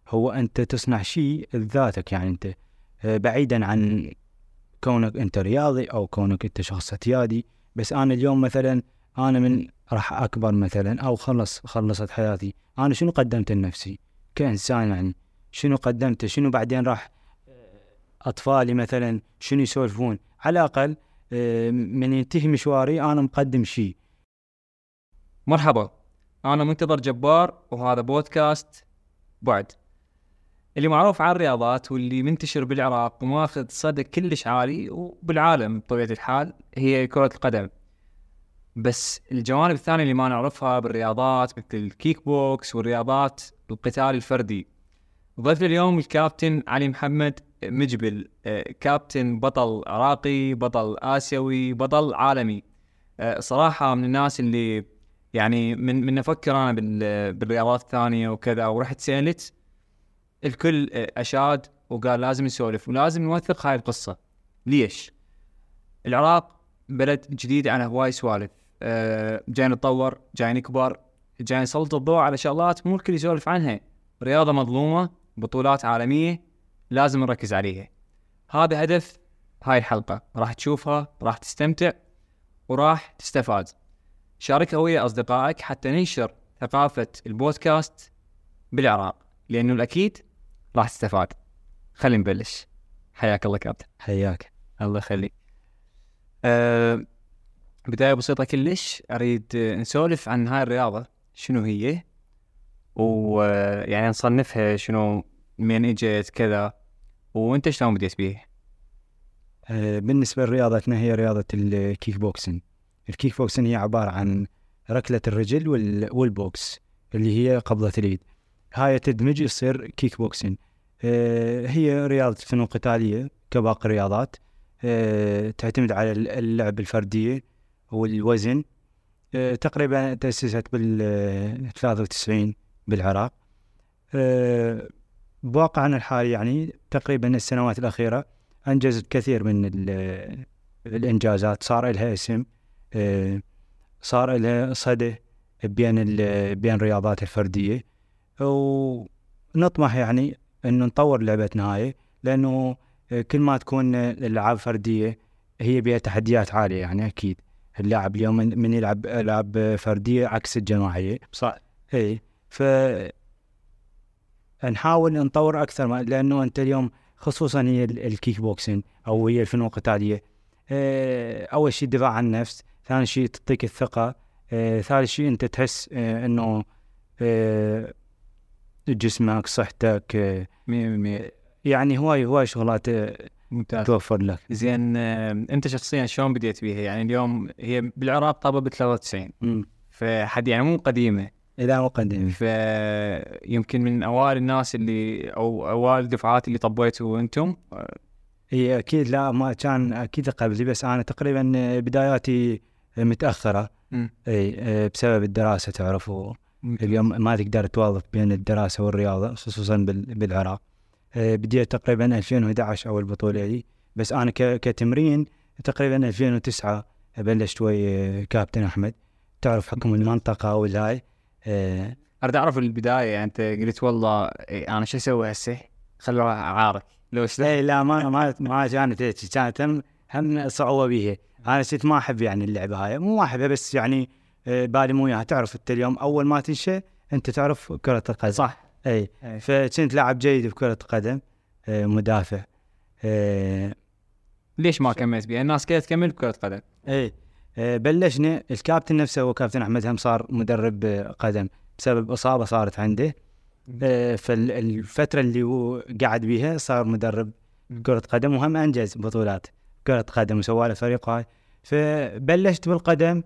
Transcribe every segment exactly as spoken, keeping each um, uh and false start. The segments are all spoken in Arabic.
هو أنت تصنع شيء لذاتك، يعني أنت بعيدا عن كونك أنت رياضي أو كونك أنت شخص اعتيادي. بس أنا اليوم مثلا أنا من راح أكبر مثلا أو خلص خلصت حياتي، أنا شنو قدمت لنفسي كإنسان؟ يعني شنو قدمت؟ شنو بعدين راح أطفالي مثلا شنو يسولفون؟ على الأقل من ينتهي مشواري أنا مقدم شيء. مرحبا، أنا منتظر جبار، وهذا بودكاست بعد اللي معروف عن الرياضات واللي منتشر بالعراق وماخذ صدى كلش عالي وبالعالم بطبيعة الحال هي كرة القدم. بس الجوانب الثانية اللي ما نعرفها بالرياضات مثل الكيك بوكس والرياضات القتال الفردي. ضيف اليوم الكابتن علي محمد مجبل، كابتن بطل عراقي، بطل آسيوي، بطل عالمي. صراحة من الناس اللي يعني من من أفكر أنا بالرياضات الثانية وكذا، ورحت سألت الكل أشاد وقال لازم نسولف ولازم نوثق هاي القصة. ليش؟ العراق بلد جديد عن هواي سوالف، أه جاي نتطور، جاي نكبر، جاي نسلط الضوء على شغلات مو الكل يسولف عنها. رياضة مظلومة، بطولات عالمية لازم نركز عليها. هذا هدف هاي الحلقة، راح تشوفها، راح تستمتع وراح تستفاد. شاركها ويا أصدقائك حتى ننشر ثقافة البودكاست بالعراق، لأنه الأكيد راح تستفاد. خلينا نبلش. حياك الله كابتن. حياك الله يخليك. أه بداية بسيطة كلش، أريد نسولف عن هاي الرياضة شنو هي، ويعني نصنفها شنو، من اجت كذا، وانت شلون بديت بيه؟ أه بالنسبة لرياضتنا هي رياضة الكيك بوكسين. الكيك بوكسين هي عبارة عن ركلة الرجل والبوكس اللي هي قبضة اليد، هاي تدمج يصير كيك بوكسين. أه هي رياضة فنون قتالية كباقي الرياضات، أه تعتمد على اللعب الفردية والوزن. أه تقريبا تأسست بال ثلاثة وتسعين بالعراق. أه بواقعنا الحالي يعني تقريبا السنوات الأخيرة أنجزت كثير من الإنجازات، صار لها اسم، أه صار لها صدى بين بين الرياضات الفردية، ونطمح يعني أن نطور لعبتنا هاي، لأنه كل ما تكون الألعاب فردية هي بها تحديات عالية. يعني أكيد اللاعب اليوم من يلعب ألعاب فردية عكس الجماعية، صح. إيه، فنحاول نطور أكثر، لأنه أنت اليوم خصوصا هي الكيك بوكسين أو هي الفنون القتالية، أول شيء دفاع عن النفس، ثاني شيء تعطيك الثقة، ثالث شيء أنت تحس أنه جسمك صحتك مية بالمية. يعني هواي هواي شغلات ممتاز. توفر لك. زين، انت شخصيا شلون بديت بيها؟ يعني اليوم هي بالعراق طابة بثلاثة وتسعين، فحد يعني مو قديمة، إذا مو قديمة، فيمكن من أوائل الناس اللي أو أوائل الدفعات اللي طبيتوا أنتم. هي أكيد لا ما كان أكيد قبلي، بس أنا تقريبا بداياتي متأخرة. أي بسبب الدراسة، تعرفوا اليوم ما تقدر توظف بين الدراسة والرياضة خصوصا بالعراق. بديت تقريبا ألفين وإحدى عشر أول بطولة لي، بس أنا كتمرين تقريبا ألفين وتسعة بلشت ويا كابتن أحمد، تعرف حكم المنطقة والهاي. أريد أعرف البداية، يعني أنت قلت والله أنا شو أسوي هسه، خلوها عارك لو إيه لا ما ما ما كانت هيك، كانت هم هم صعوبة بيها. أنا صرت ما أحب يعني اللعبة هاي، مو ما أحبها بس يعني بالي مو إياها. تعرف أنت اليوم أول ما تنشأ أنت تعرف كرة القدم، صح؟ أي, أي. فكنت لاعب جيد في كرة القدم، مدافع. أي. ليش ما كملت بيها؟ الناس كده تكمل بكرة قدم. أي بلشنا، الكابتن نفسه هو كابتن أحمد هم صار مدرب قدم بسبب إصابة صارت عنده، فالفترة اللي هو قاعد بيها صار مدرب كرة قدم، وهم أنجز بطولات كرة قدم وسوى له فريق هاي. فبلشت بالقدم،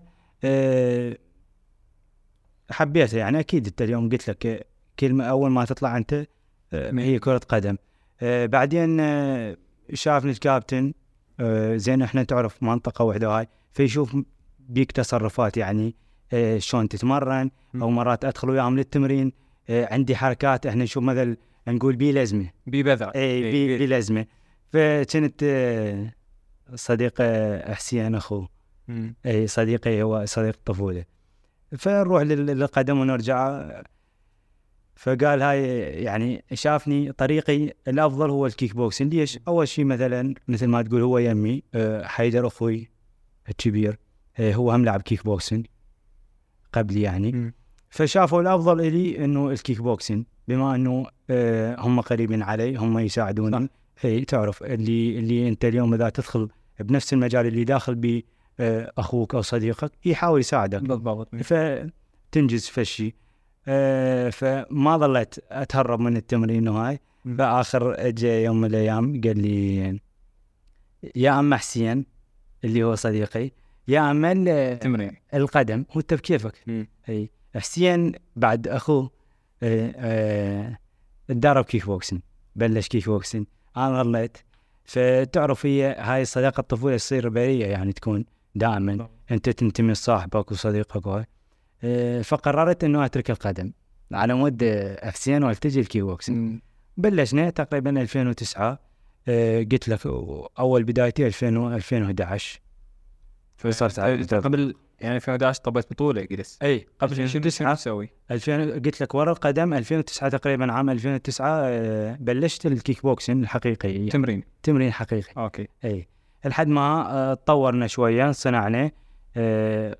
حبيتها يعني. أكيد أنت اليوم قلت لك كلمة أول ما تطلع أنت هي كرة قدم. بعدين شافني الكابتن، زين إحنا تعرف منطقة واحدة هاي، فيشوف بيك تصرفات يعني شلون تتمرن، أو مرات أدخل وياهم للتمرين عندي حركات احنا نشوف مثل نقول بي لازمه بي بذرة، اي بي, بي لازمه. فكنت صديق حسين اخو، اي صديقي هو صديق الطفوله، فنروح للقدم ونرجع. فقال هاي يعني شافني طريقي الافضل هو الكيك بوكسين. ليش؟ اول شيء مثلا مثل ما تقول هو يمي أه حيدر اخوي الكبير أه هو هم لعب كيك بوكسين قبلي يعني م. فشافوا الافضل الي انه الكيك بوكسين، بما انه أه هم قريبين علي، هم يساعدوني. هي تعرف اللي اللي انت اليوم اذا تدخل بنفس المجال اللي داخل به أه اخوك او صديقك يحاول يساعدك بالضبط، فتنجز فشي. أه فما ظلت اتهرب من التمرين وهاي. فاخر اجى يوم من الايام قال لي يا عم حسين اللي هو صديقي، يا عم التمرين القدم هو انت بكيفك. اي حسين بعد اخوه أه أه تدرب كيك بوكسين، بلش كيك بوكسين. انا ظليت. فتعرف هي هاي صداقه الطفوله تصير بريئه يعني، تكون دائما انت تنتمي لصاحبك وصديقك وهاي. أه فقررت انه اترك القدم على مود حسين والتجي الكيك بوكسين. بلشنا تقريبا ألفين وتسعة. أه قلت لك اول بدايتي ألفين ألفين وأحد عشر. فصرت قبل يعني ألفين وأحد عشر طبيت بطولة قلت. اي قبل شو تسوي؟ ألفين قلت لك ورا القدم ألفين وتسعة تقريبا، عام ألفين وتسعة أه بلشت الكيك بوكسين الحقيقي. تمرين تمرين حقيقي. اوكي. اي لحد ما تطورنا شويه صنعنا أه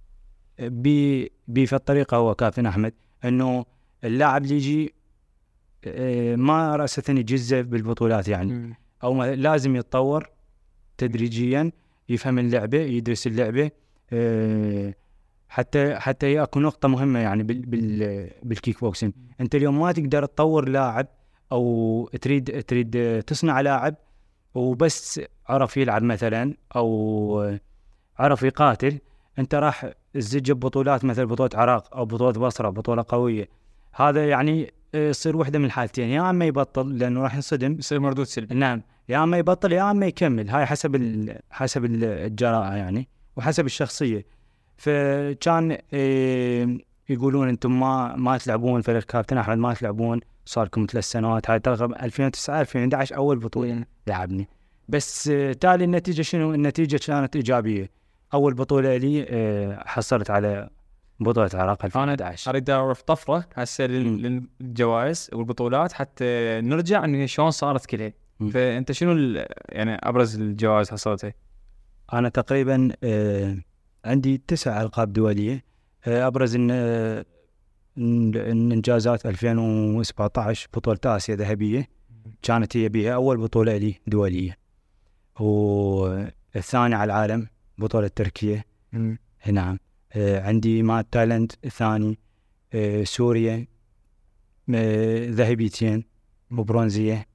بي بي في الطريقه هو كابتن احمد انه اللاعب اللي يجي أه ما راسه يجزء بالبطولات يعني م. او لازم يتطور تدريجيا، يفهم اللعبه، يدرس اللعبه. أه حتى حتى ياكو نقطه مهمه يعني بال بال بالكيك بوكسين. انت اليوم ما تقدر تطور لاعب او تريد تريد تصنع لاعب وبس عرف يلعب مثلا او عرف يقاتل، انت راح تزج ببطولات مثل بطوله عراق او بطوله بصره، بطوله قويه. هذا يعني يصير وحده من الحالتين، يا اما يبطل لانه راح ينصدم، يصير مردود سلبي. نعم، يا اما يبطل يا اما يكمل. هاي حسب حسب الجراءه يعني وحسب الشخصيه. فكان يقولون انتم ما ما تلعبون فريق كابتن احمد، ما تلعبون، صار لكم ثلاث سنوات. هاي تقريبا ألفين وتسعة ألفين وأحد عشر اول بطوله لعبني. بس تالي النتيجه شنو؟ النتيجه كانت ايجابيه. اول بطوله لي حصلت على بطوله عراق ألفين وأحد عشر. اريد اعرف طفره هسه للجوائز والبطولات حتى نرجع انه شلون صارت كلها. فانت شنو يعني ابرز الجوائز حصلتها؟ انا تقريبا عندي تسع القاب دوليه. ابرز الانجازات ألفين وسبعة عشر بطوله اسيا ذهبيه، كانت هي بها اول بطوله لي دوليه، والثاني على العالم بطوله تركيا. نعم. عندي مع تايلاند الثاني، سوريا ذهبيتين وبرونزيه.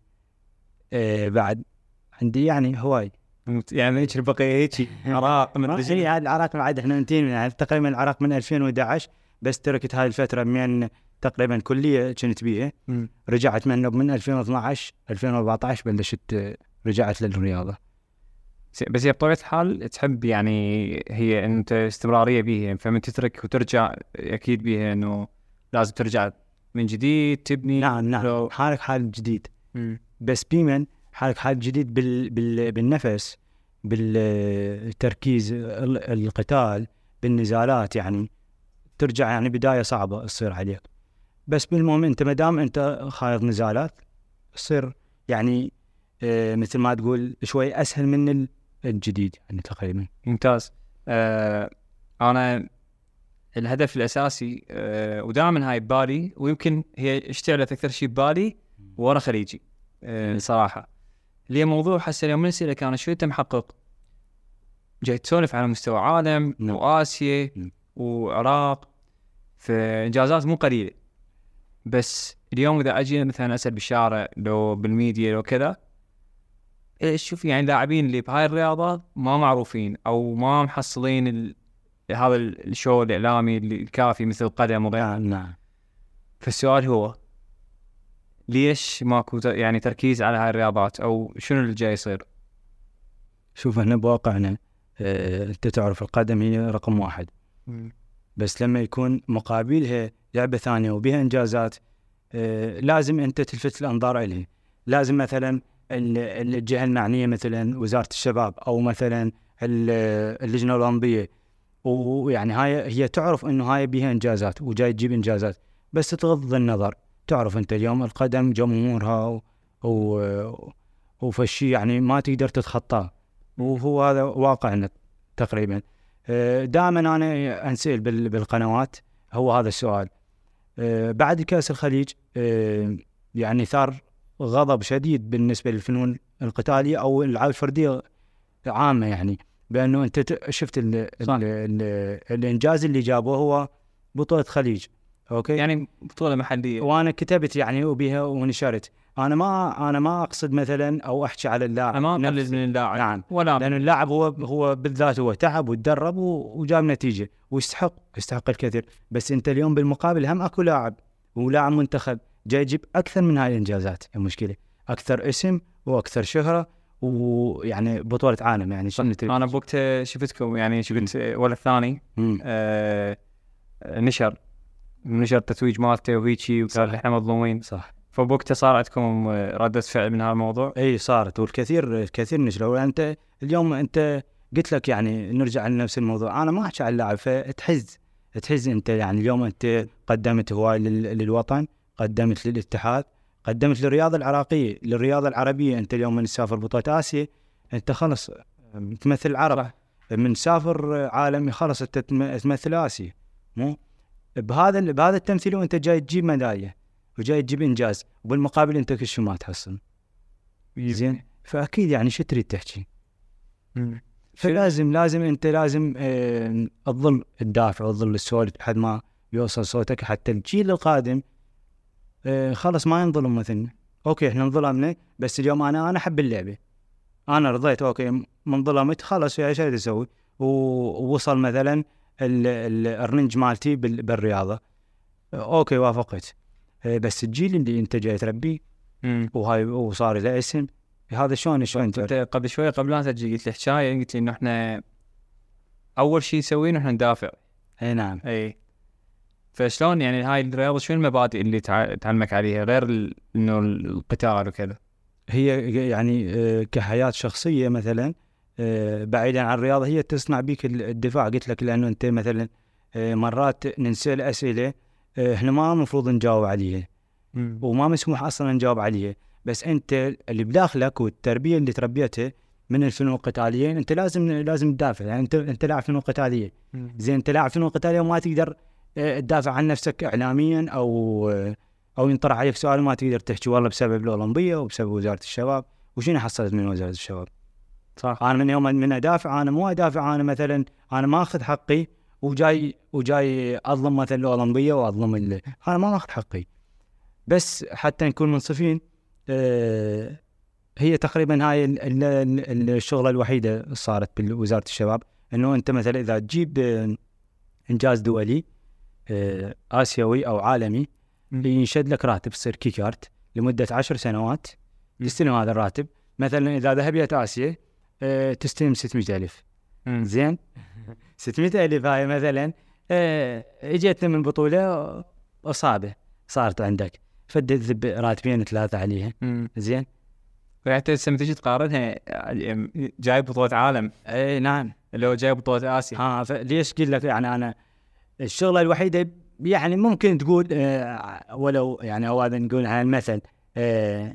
بعد عندي يعني هواي يعني ايش البقيه هيك العراق من الرجال. هذا العراق بعد احنا انتين يعني تقريبا العراق من ألفين وأحد عشر، بس تركت هاي الفتره من تقريبا كليه كنت بيها. رجعت منه من ألفين واثني عشر ألفين وأربعة عشر بلشت رجعت للرياضه. بس هي بطبيعه الحال تحب يعني هي انت استمراريه بيها، فمن تترك وترجع اكيد بيها انه لازم ترجع من جديد تبني. نعم نعم لو... حالك حال جديد. م. بس بيمن حالك حال جديد بال... بال... بالنفس، بالتركيز، القتال، بالنزالات، يعني ترجع يعني بداية صعبة تصير عليك. بس بالمهم انت مدام انت خايض نزالات تصير يعني اه مثل ما تقول شوي اسهل من الجديد يعني تقريبا. ممتاز. آه انا الهدف الاساسي آه ودائما هاي ببالي، ويمكن هي اشتعلت اكثر شيء ببالي ورا خليجي آه صراحة، اللي موضوع حسن اليوم نسألك انا شو انت محقق جاي تسولف على مستوى عالم م. وآسيا م. وعراق، في إنجازات مو قليلة. بس اليوم إذا أجي مثلا أسأل بالشارع لو بالميديا لو كذا، إيش شوف يعني لاعبين اللي بهاي الرياضة ما معروفين أو ما محصلين ال... هذا الشو الإعلامي الكافي مثل القدم وغيره. نعم. فالسؤال هو ليش ماكو يعني تركيز على هاي الرياضات، أو شنو اللي جاي يصير؟ شوف احنا بواقعنا اه انت تعرف القدم هي رقم واحد. م. بس لما يكون مقابلها لعبة ثانية وبها إنجازات اه لازم أنت تلفت الأنظار إليه. لازم مثلا الجهة المعنية مثلا وزارة الشباب أو مثلا اللجنة الأولمبية، ويعني هاي هي تعرف إنه هاي بها إنجازات وجاي تجيب إنجازات، بس تغض النظر تعرف انت اليوم القدم جمهورها و... و... وفشي يعني ما تقدر تتخطاه، وهو هذا واقعنا تقريبا. دائما انا انسأل بال... بالقنوات هو هذا السؤال. بعد كأس الخليج يعني ثار غضب شديد بالنسبة للفنون القتالية أو الألعاب الفردية عامة، يعني بأنه أنت شفت ال ال ال الإنجاز اللي جابه هو بطولة خليج، أوكي، يعني بطولة محلية، وأنا كتبت يعني وبها ونشرت. أنا ما أنا ما أقصد مثلا أو أحكي على اللاعب، ما أقلل من اللاعب، نعم، ولا لأن اللاعب هو هو بالذات هو تعب وتدرب وجاب نتيجة ويستحق يستحق الكثير. بس أنت اليوم بالمقابل هم أكو لاعب ولاعب منتخب جاي يجيب أكثر من هاي الإنجازات، المشكلة أكثر اسم وأكثر شهرة ويعني بطولة عالم. يعني شنو أنا بوقتها شفتكم يعني شفت ولا الثاني آه نشر نشر التتويج مالته وهيجي وقال إحنا مظلومين، صح. فبوقتها صار عندكم ردة فعل من هذا الموضوع؟ أي صارت، والكثير الكثير نشروا. أنت اليوم أنت قلت لك يعني نرجع لنفس الموضوع، أنا ما أحكي على اللاعب، فتحز تحز أنت يعني اليوم أنت قدمت هواي للوطن، قدمت للاتحاد، قدمت للرياضة العراقية، للرياضة العربية. أنت اليوم من تسافر بطولة آسيا أنت خلص تمثل العرب، من سافر عالمي خلص أنت تمثل آسيا. مو بهذا بهذا التمثيل وأنت جاي تجيب ميدالية وجاي تجيب إنجاز، وبالمقابل أنت كل شيء ما تحصل. زين، فأكيد يعني شو تريد تحكي؟ فلازم لازم أنت لازم اه تظل الدافع وتظل السولف لحد ما يوصل صوتك حتى الجيل القادم اه خلص ما ينظلم مثلنا. أوكي إحنا انظلمنا، بس اليوم أنا أنا أحب اللعبة، أنا رضيت أوكي من ظلمت خلص يا شيء تسوي. ووصل مثلا الرنج مالتي بالرياضة، أوكي وافقت، بس الجيل اللي أنت جاي تربيه وهاي وصار له اسم، هذا شلون شلون قبل شوية قبل لا تجي قلت لي حكاية، قلت لي إنه إحنا أول شيء سوينه إحنا ندافع. أي نعم. أي فشلون يعني هاي الرياضة شو المبادئ اللي تعلمك عليها غير إنه القتال وكذا؟ هي يعني كحياة شخصية مثلا بعيدا عن الرياضة، هي تصنع بيك الدفاع. قلت لك لأنه أنت مثلا مرات ننسأل أسئلة إحنا ما مفروض نجاوب عليها وما مسموح أصلا نجاوب عليها، بس أنت اللي بداخلك والتربية اللي تربيتها من الفنون القتالية أنت لازم لازم تدافع. يعني أنت أنت لاعب فنون قتالية، زين أنت لاعب فنون قتالية وما تقدر تدافع عن نفسك إعلاميا أو أو ينطرح عليك سؤال ما تقدر تحكي والله بسبب الأولمبية وبسبب وزارة الشباب. وشين حصلت من وزارة الشباب؟ صح. أنا من يوم من أدافع أنا مو أدافع أنا مثلا أنا ما أخذ حقي وجاي وجاي أظلم مثلا الأولمبية وأظلم اللي. أنا ما أخذ حقي، بس حتى نكون منصفين آه هي تقريبا هاي الشغلة الوحيدة صارت بوزارة الشباب، إنه أنت مثلا إذا تجيب إنجاز دولي آه آسيوي أو عالمي ينشد لك راتب تصير كيكارت لمدة عشر سنوات تستلم هذا الراتب. مثلا إذا ذهبت آسيا آه تستلم ستمائة ألف. زين ستمائة ألف هاي مثلا آه اجتنا من بطولة أصابة صارت عندك فدذب راتبين ثلاثة عليها. زين فحتى لما تيجي تقارنها جايب بطولة عالم. اي نعم، اللي هو جايب بطولة آسيا. ها ليش قل لك يعني أنا الشغلة الوحيدة يعني ممكن تقول آه ولو يعني أو هذا نقول على المثل آه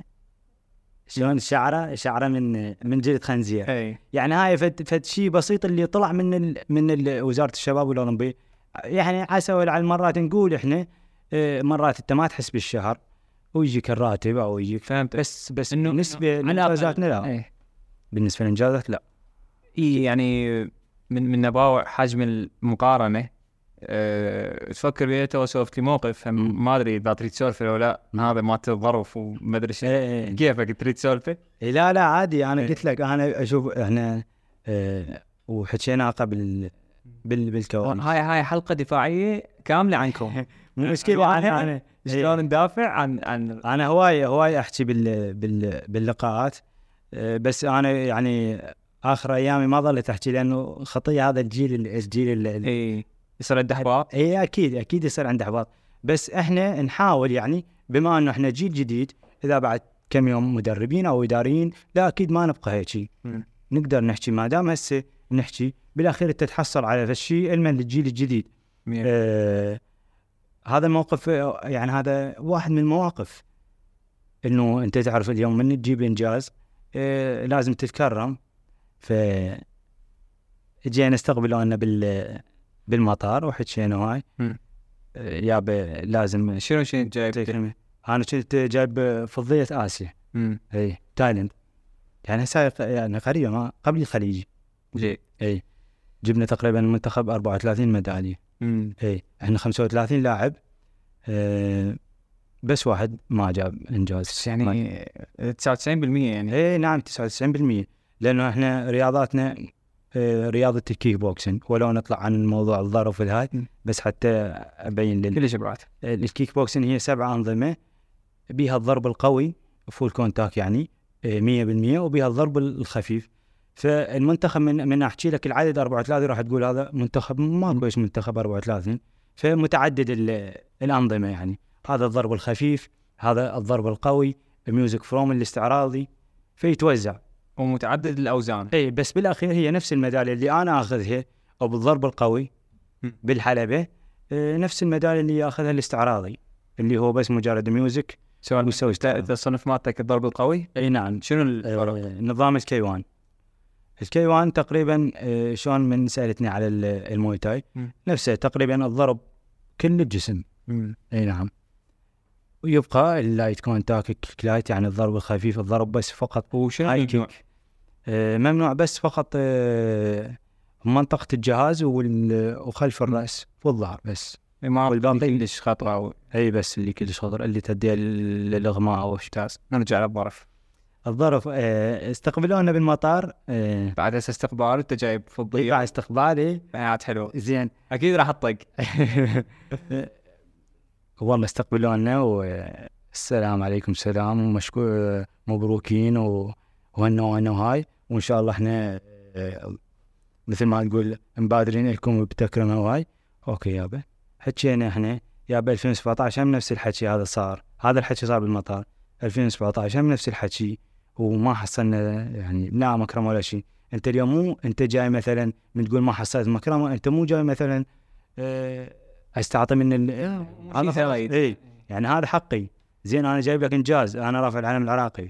شلون الشعرة شعرة من من جلد خنزير. أي. يعني هاي فد فد شيء بسيط اللي طلع من ال من ال وزارة الشباب والأولمبية. يعني عسى على المرات نقول إحنا آه مرات أنت ما تحس بالشهر ويجيك الراتب أو يجيك فهمت. بس بس بالنسبة لإنجازاتنا لا. ايه. بالنسبة لإنجازات لا. إيه يعني من من نباوع حجم المقارنة أه تفكر بيه تو سولفت لي موقف ما أدري إذا تريد تسولفه ولا لا. هذا ما تظرف وما أدري شيء. ايه. كيفك تريد تسولفه؟ إيه لا لا عادي. أنا ايه. قلت لك أنا أشوف إحنا اه وحكينا قبل بال بالكواليس. هاي هاي حلقة دفاعية كاملة عنكم. مو مشكلة. أنا أنا شلون ندافع عن عن أنا هواي هواي أحكي بال بال باللقاءات اه بس أنا يعني آخر أيامي ما ظلت أحكي لأنه خطية هذا الجيل الجيل اللي إيه يصير عنده إحباط. إيه أكيد أكيد يصير عنده إحباط. بس إحنا نحاول يعني بما إنه إحنا جيل جديد إذا بعد كم يوم مدربين أو إداريين لا أكيد ما نبقى هيك. نقدر نحكي ما دام هسه نحكي بالأخير تتحصل على هالشيء علما للجيل الجديد. آه هذا الموقف يعني هذا واحد من المواقف، انه انت تعرف اليوم من تجيب انجاز إيه لازم تتكرم. ف جينا استقبلونا بال بالمطار وحكينا هاي يا لازم شنو شنو جايب؟ انا كنت جايب فضية اسيا اي تايلاند، يعني سايق يعني قريبا ما قبل الخليج. جي اي جبنا تقريبا المنتخب أربعة وثلاثين ميدالية. اي احنا خمسة وثلاثين لاعب، أه بس واحد ما جاب انجاز، يعني تسعة وتسعين بالمية يعني. اي نعم تسعة وتسعين بالمية، لانه احنا رياضاتنا أه رياضة الكيك بوكسين، ولو نطلع عن موضوع الظرف الهاي بس حتى ابين لل كل شبرات. الكيك بوكسين هي سبعة انظمة، بيها الضرب القوي فول كونتاك يعني مية بالمية، وبيها الضرب الخفيف. فالمنتخب من من احكي لك العدد أربعة وثلاثين راح تقول هذا منتخب ما كويس، منتخب أربعة وثلاثين فمتعدد الانظمه، يعني هذا الضرب الخفيف، هذا الضرب القوي، ميوزك فروم الاستعراضي، فيتوزع ومتعدد الاوزان. اي بس بالاخير هي نفس الميداليه اللي انا اخذها او بالضرب القوي بالحلبه، نفس الميداليه اللي ياخذها الاستعراضي اللي هو بس مجرد ميوزك. سؤال، التصنيف مالتك الضرب القوي؟ اي نعم. شنو الفرق؟ نظام الكي وان. الكي وان تقريبا شلون من سألتني على المويتاي نفسه تقريبا الضرب كل الجسم. اي نعم. ويبقى اللايت كونتاك كلايت يعني الضرب الخفيف، الضرب بس فقط. وشنو ممنوع؟ آه ممنوع بس فقط آه منطقة الجهاز وخلف الرأس والظهر بس. ما والباقي كلش خطرة. اي بس اللي كلش خطر اللي تدي للإغماء او اشتاز. نرجع للظرف. الظرف اه استقبلونا بالمطار. اه بعد هسه استقبال انت جايب فضية. بعد استقبالي بعد حلو زين اكيد راح اطق. والله استقبلونا والسلام عليكم السلام ومشكور مبروكين وهنا وهاي، وان شاء الله احنا اه مثل ما نقول مبادرين لكم بتكرمه وهاي. اوكي يابا حكينا احنا يابا ألفين وسبعة عشر هم نفس الحكي هذا صار، هذا الحكي صار بالمطار ألفين وسبعة عشر هم نفس الحكي وما حصلنا يعني لا مكرمه ولا شيء. انت اليوم مو انت جاي مثلا من تقول ما حصلت مكرمه، انت مو جاي مثلا اه استعطي من ال هذا اي يعني هذا حقي. زين انا جايب لك انجاز، انا رافع العلم العراقي.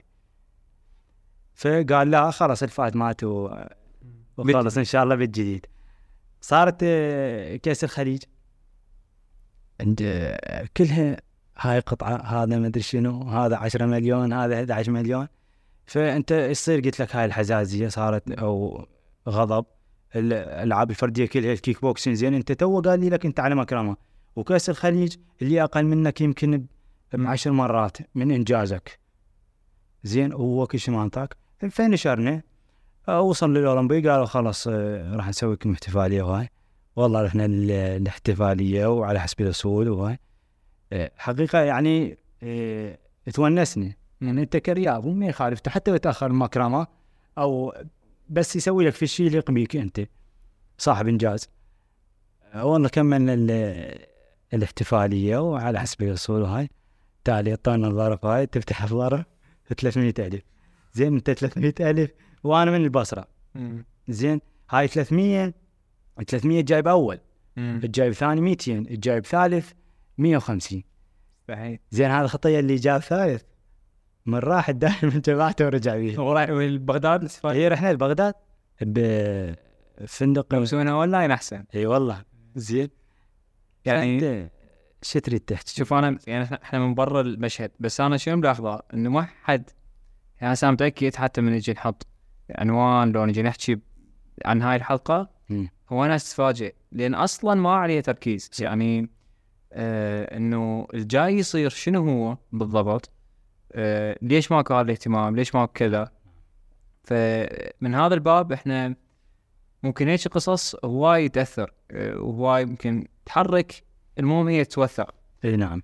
فقال لا خلاص الفات مات وخلص ان شاء الله بالجديد. صارت كأس الخليج عند كلها هاي قطعة، هذا ما ادري شنو، هذا عشرة مليون، هذا أحد عشر مليون. فانت يصير قلت لك هاي الحزازية صارت او غضب. الالعاب الفردية كلها الكيك بوكسين زين انت تو قال لي لك انت على مكرمة، وكأس الخليج اللي اقل منك يمكن بعشر مرات من انجازك زين وهو كل شيء ما انطاك. فنشرنا وصل للأولمبي قالوا خلاص راح نسوي لكم احتفالية وهاي. والله رحنا الاحتفالية وعلى حسب الأصول وهاي. حقيقة يعني اه تونسني يعني انت كرياض وما يخالف حتى يتأخر المكرمة او بس يسوي لك في الشيء اللي يقبيك انت صاحب انجاز. والله كملنا الاحتفالية وعلى حسب الأصول وهاي. تالي اعطونا الظرف هاي تفتح الظرف ثلاثمية ألف. زين انت ثلاثمية ألف وانا من البصرة. مم. زين هاي ثلاثمية ثلاثمية جايب اول، مم. الجايب ثاني مئتين، الجايب ثالث مية وخمسين. صحيح. زين هذا الخطية اللي جاب ثالث من راح الدائم من جماعته ورجع بيه. وراح بغداد. هي رحنا لبغداد بفندق يسوونها اونلاين احسن. اي والله زين يعني شو تريد تحكي؟ شوف انا يعني احنا من برا المشهد، بس انا شو ملاحظه انه ما حد يعني انا متاكد حتى من نجي نحط عنوان لو نجي نحكي عن هاي الحلقه م. هو ناس تتفاجئ لان اصلا ما عليه تركيز. يعني آه انه الجاي يصير شنو هو بالضبط، آه ليش ماكو هذا الاهتمام، ليش ماكو كذا. فمن هذا الباب احنا ممكن هيك قصص هواي تاثر آه وهواي ممكن تحرك، المهم هي توثق. اي نعم.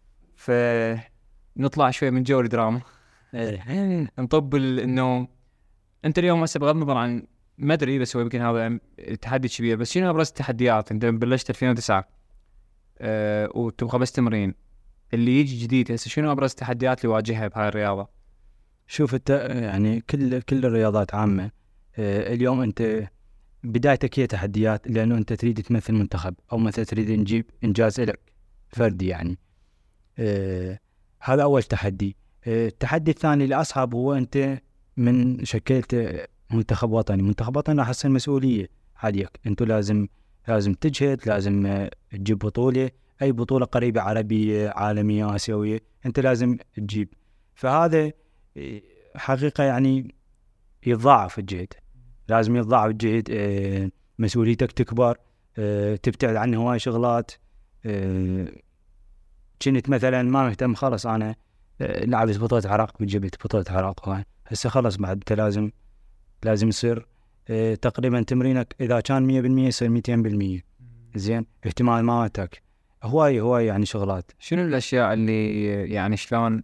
فنطلع شوي من جو الدراما. نطب انه انت اليوم هسه بغض النظر عن ما ادري بس هو يمكن هذا تحدي كبير، بس شنو ابرز التحديات؟ انت بلشت ألفين وتسعة أه وتبغى بس تمرين اللي يجي جديد هسه، شنو ابرز التحديات اللي واجهها بهاي الرياضه؟ شوف انت يعني كل كل الرياضات عامه أه اليوم انت بدايتك هي تحديات، لانه انت تريد تمثل منتخب او مثلا تريد نجيب انجاز لك فردي يعني. آه هذا أول تحدي. آه التحدي الثاني الأصعب هو أنت من شكلت منتخب وطني. منتخب وطني راح يصير مسؤولية عليك، أنتوا لازم لازم تجهد، لازم آه تجيب بطولة، أي بطولة قريبة عربية عالمية آسيوية أنت لازم تجيب. فهذا حقيقة يعني يتضاعف الجهد، لازم يتضاعف الجهد. آه مسؤوليتك تكبر، آه تبتعد عن هواي شغلات. آه كنت مثلا ما مهتم، خلص أنا آه لعبت بطولة عراق وجبت بطولة عراق، هسه خلص بعد أنت لازم لازم يصير آه تقريبا تمرينك إذا كان مية بالمية يصير ميتين بالمية. زين، اهتماماتك هواي هواي يعني شغلات. شنو الأشياء اللي يعني شلون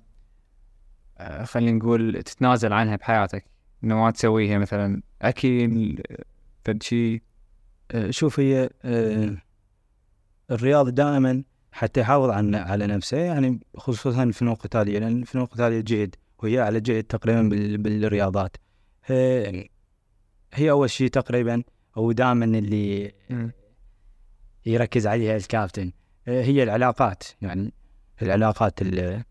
آه خلينا نقول تتنازل عنها بحياتك إنه ما تسويها، مثلا أكل فد شيء؟ آه شوف، هي آه الرياضة دائما حتى يحافظ عن على نفسه، يعني خصوصا الفنون القتالية، لأن الفنون القتالية جهد وهي على جهد تقريبا بال بالرياضات. آه هي أول شيء تقريبا، أو دائما اللي م. يركز عليها الكابتن آه هي العلاقات، يعني العلاقات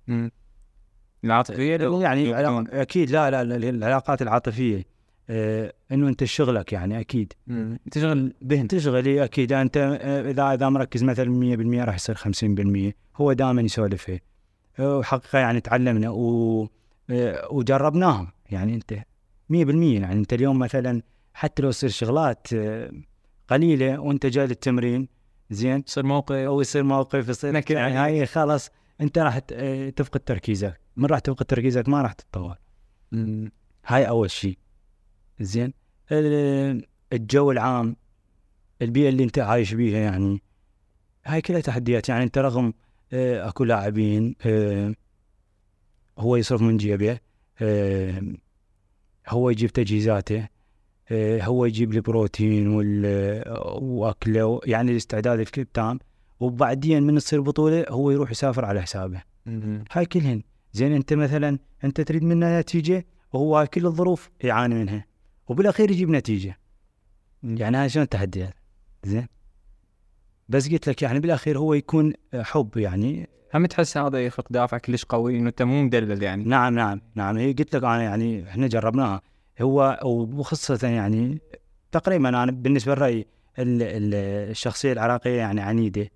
العاطفية يعني أكيد. لا لا, لا العلاقات العاطفية، آه إنه أنت شغلك يعني أكيد م. تشغل بهن تشغلي أكيد. أنت آه إذا إذا مركز مثلا مية بالمية راح يصير خمسين بالمية. هو دائما يسولفه وحقيقة يعني تعلمنا و آه وجربناها يعني. أنت مية بالمية يعني أنت اليوم مثلا حتى لو يصير شغلات آه قليلة وأنت جاي للتمرين، زين، يصير موقف أو يصير موقف يصير يعني هاي خلاص أنت راح تفقد تركيزك. من راح تفقد تركيزك ما راح تتطور. هاي أول شيء. زين، الجو العام، البيئة اللي أنت عايش بيها، يعني هاي كلها تحديات. يعني أنت رغم اه أكو لاعبين اه هو يصرف من جيبه، اه هو يجيب تجهيزاته، اه هو يجيب البروتين وأكله، يعني الاستعداد التام، وبعدين من تصير بطولة هو يروح يسافر على حسابه. هاي كلهن. زين، أنت مثلا أنت تريد منه نتيجة وهو كل الظروف يعاني منها، وبالأخير يجيب نتيجة. يعني هاي شلون تحديات. زين، بس قلت لك يعني بالأخير هو يكون حب. يعني هم تحس هذا يخلق دافع كلش قوي إنه أنت مو مدلل يعني. نعم نعم نعم هي قلت لك أنا يعني إحنا جربناها. هو وخاصة يعني تقريبا أنا بالنسبة لرأيي الشخصية العراقية يعني عنيدة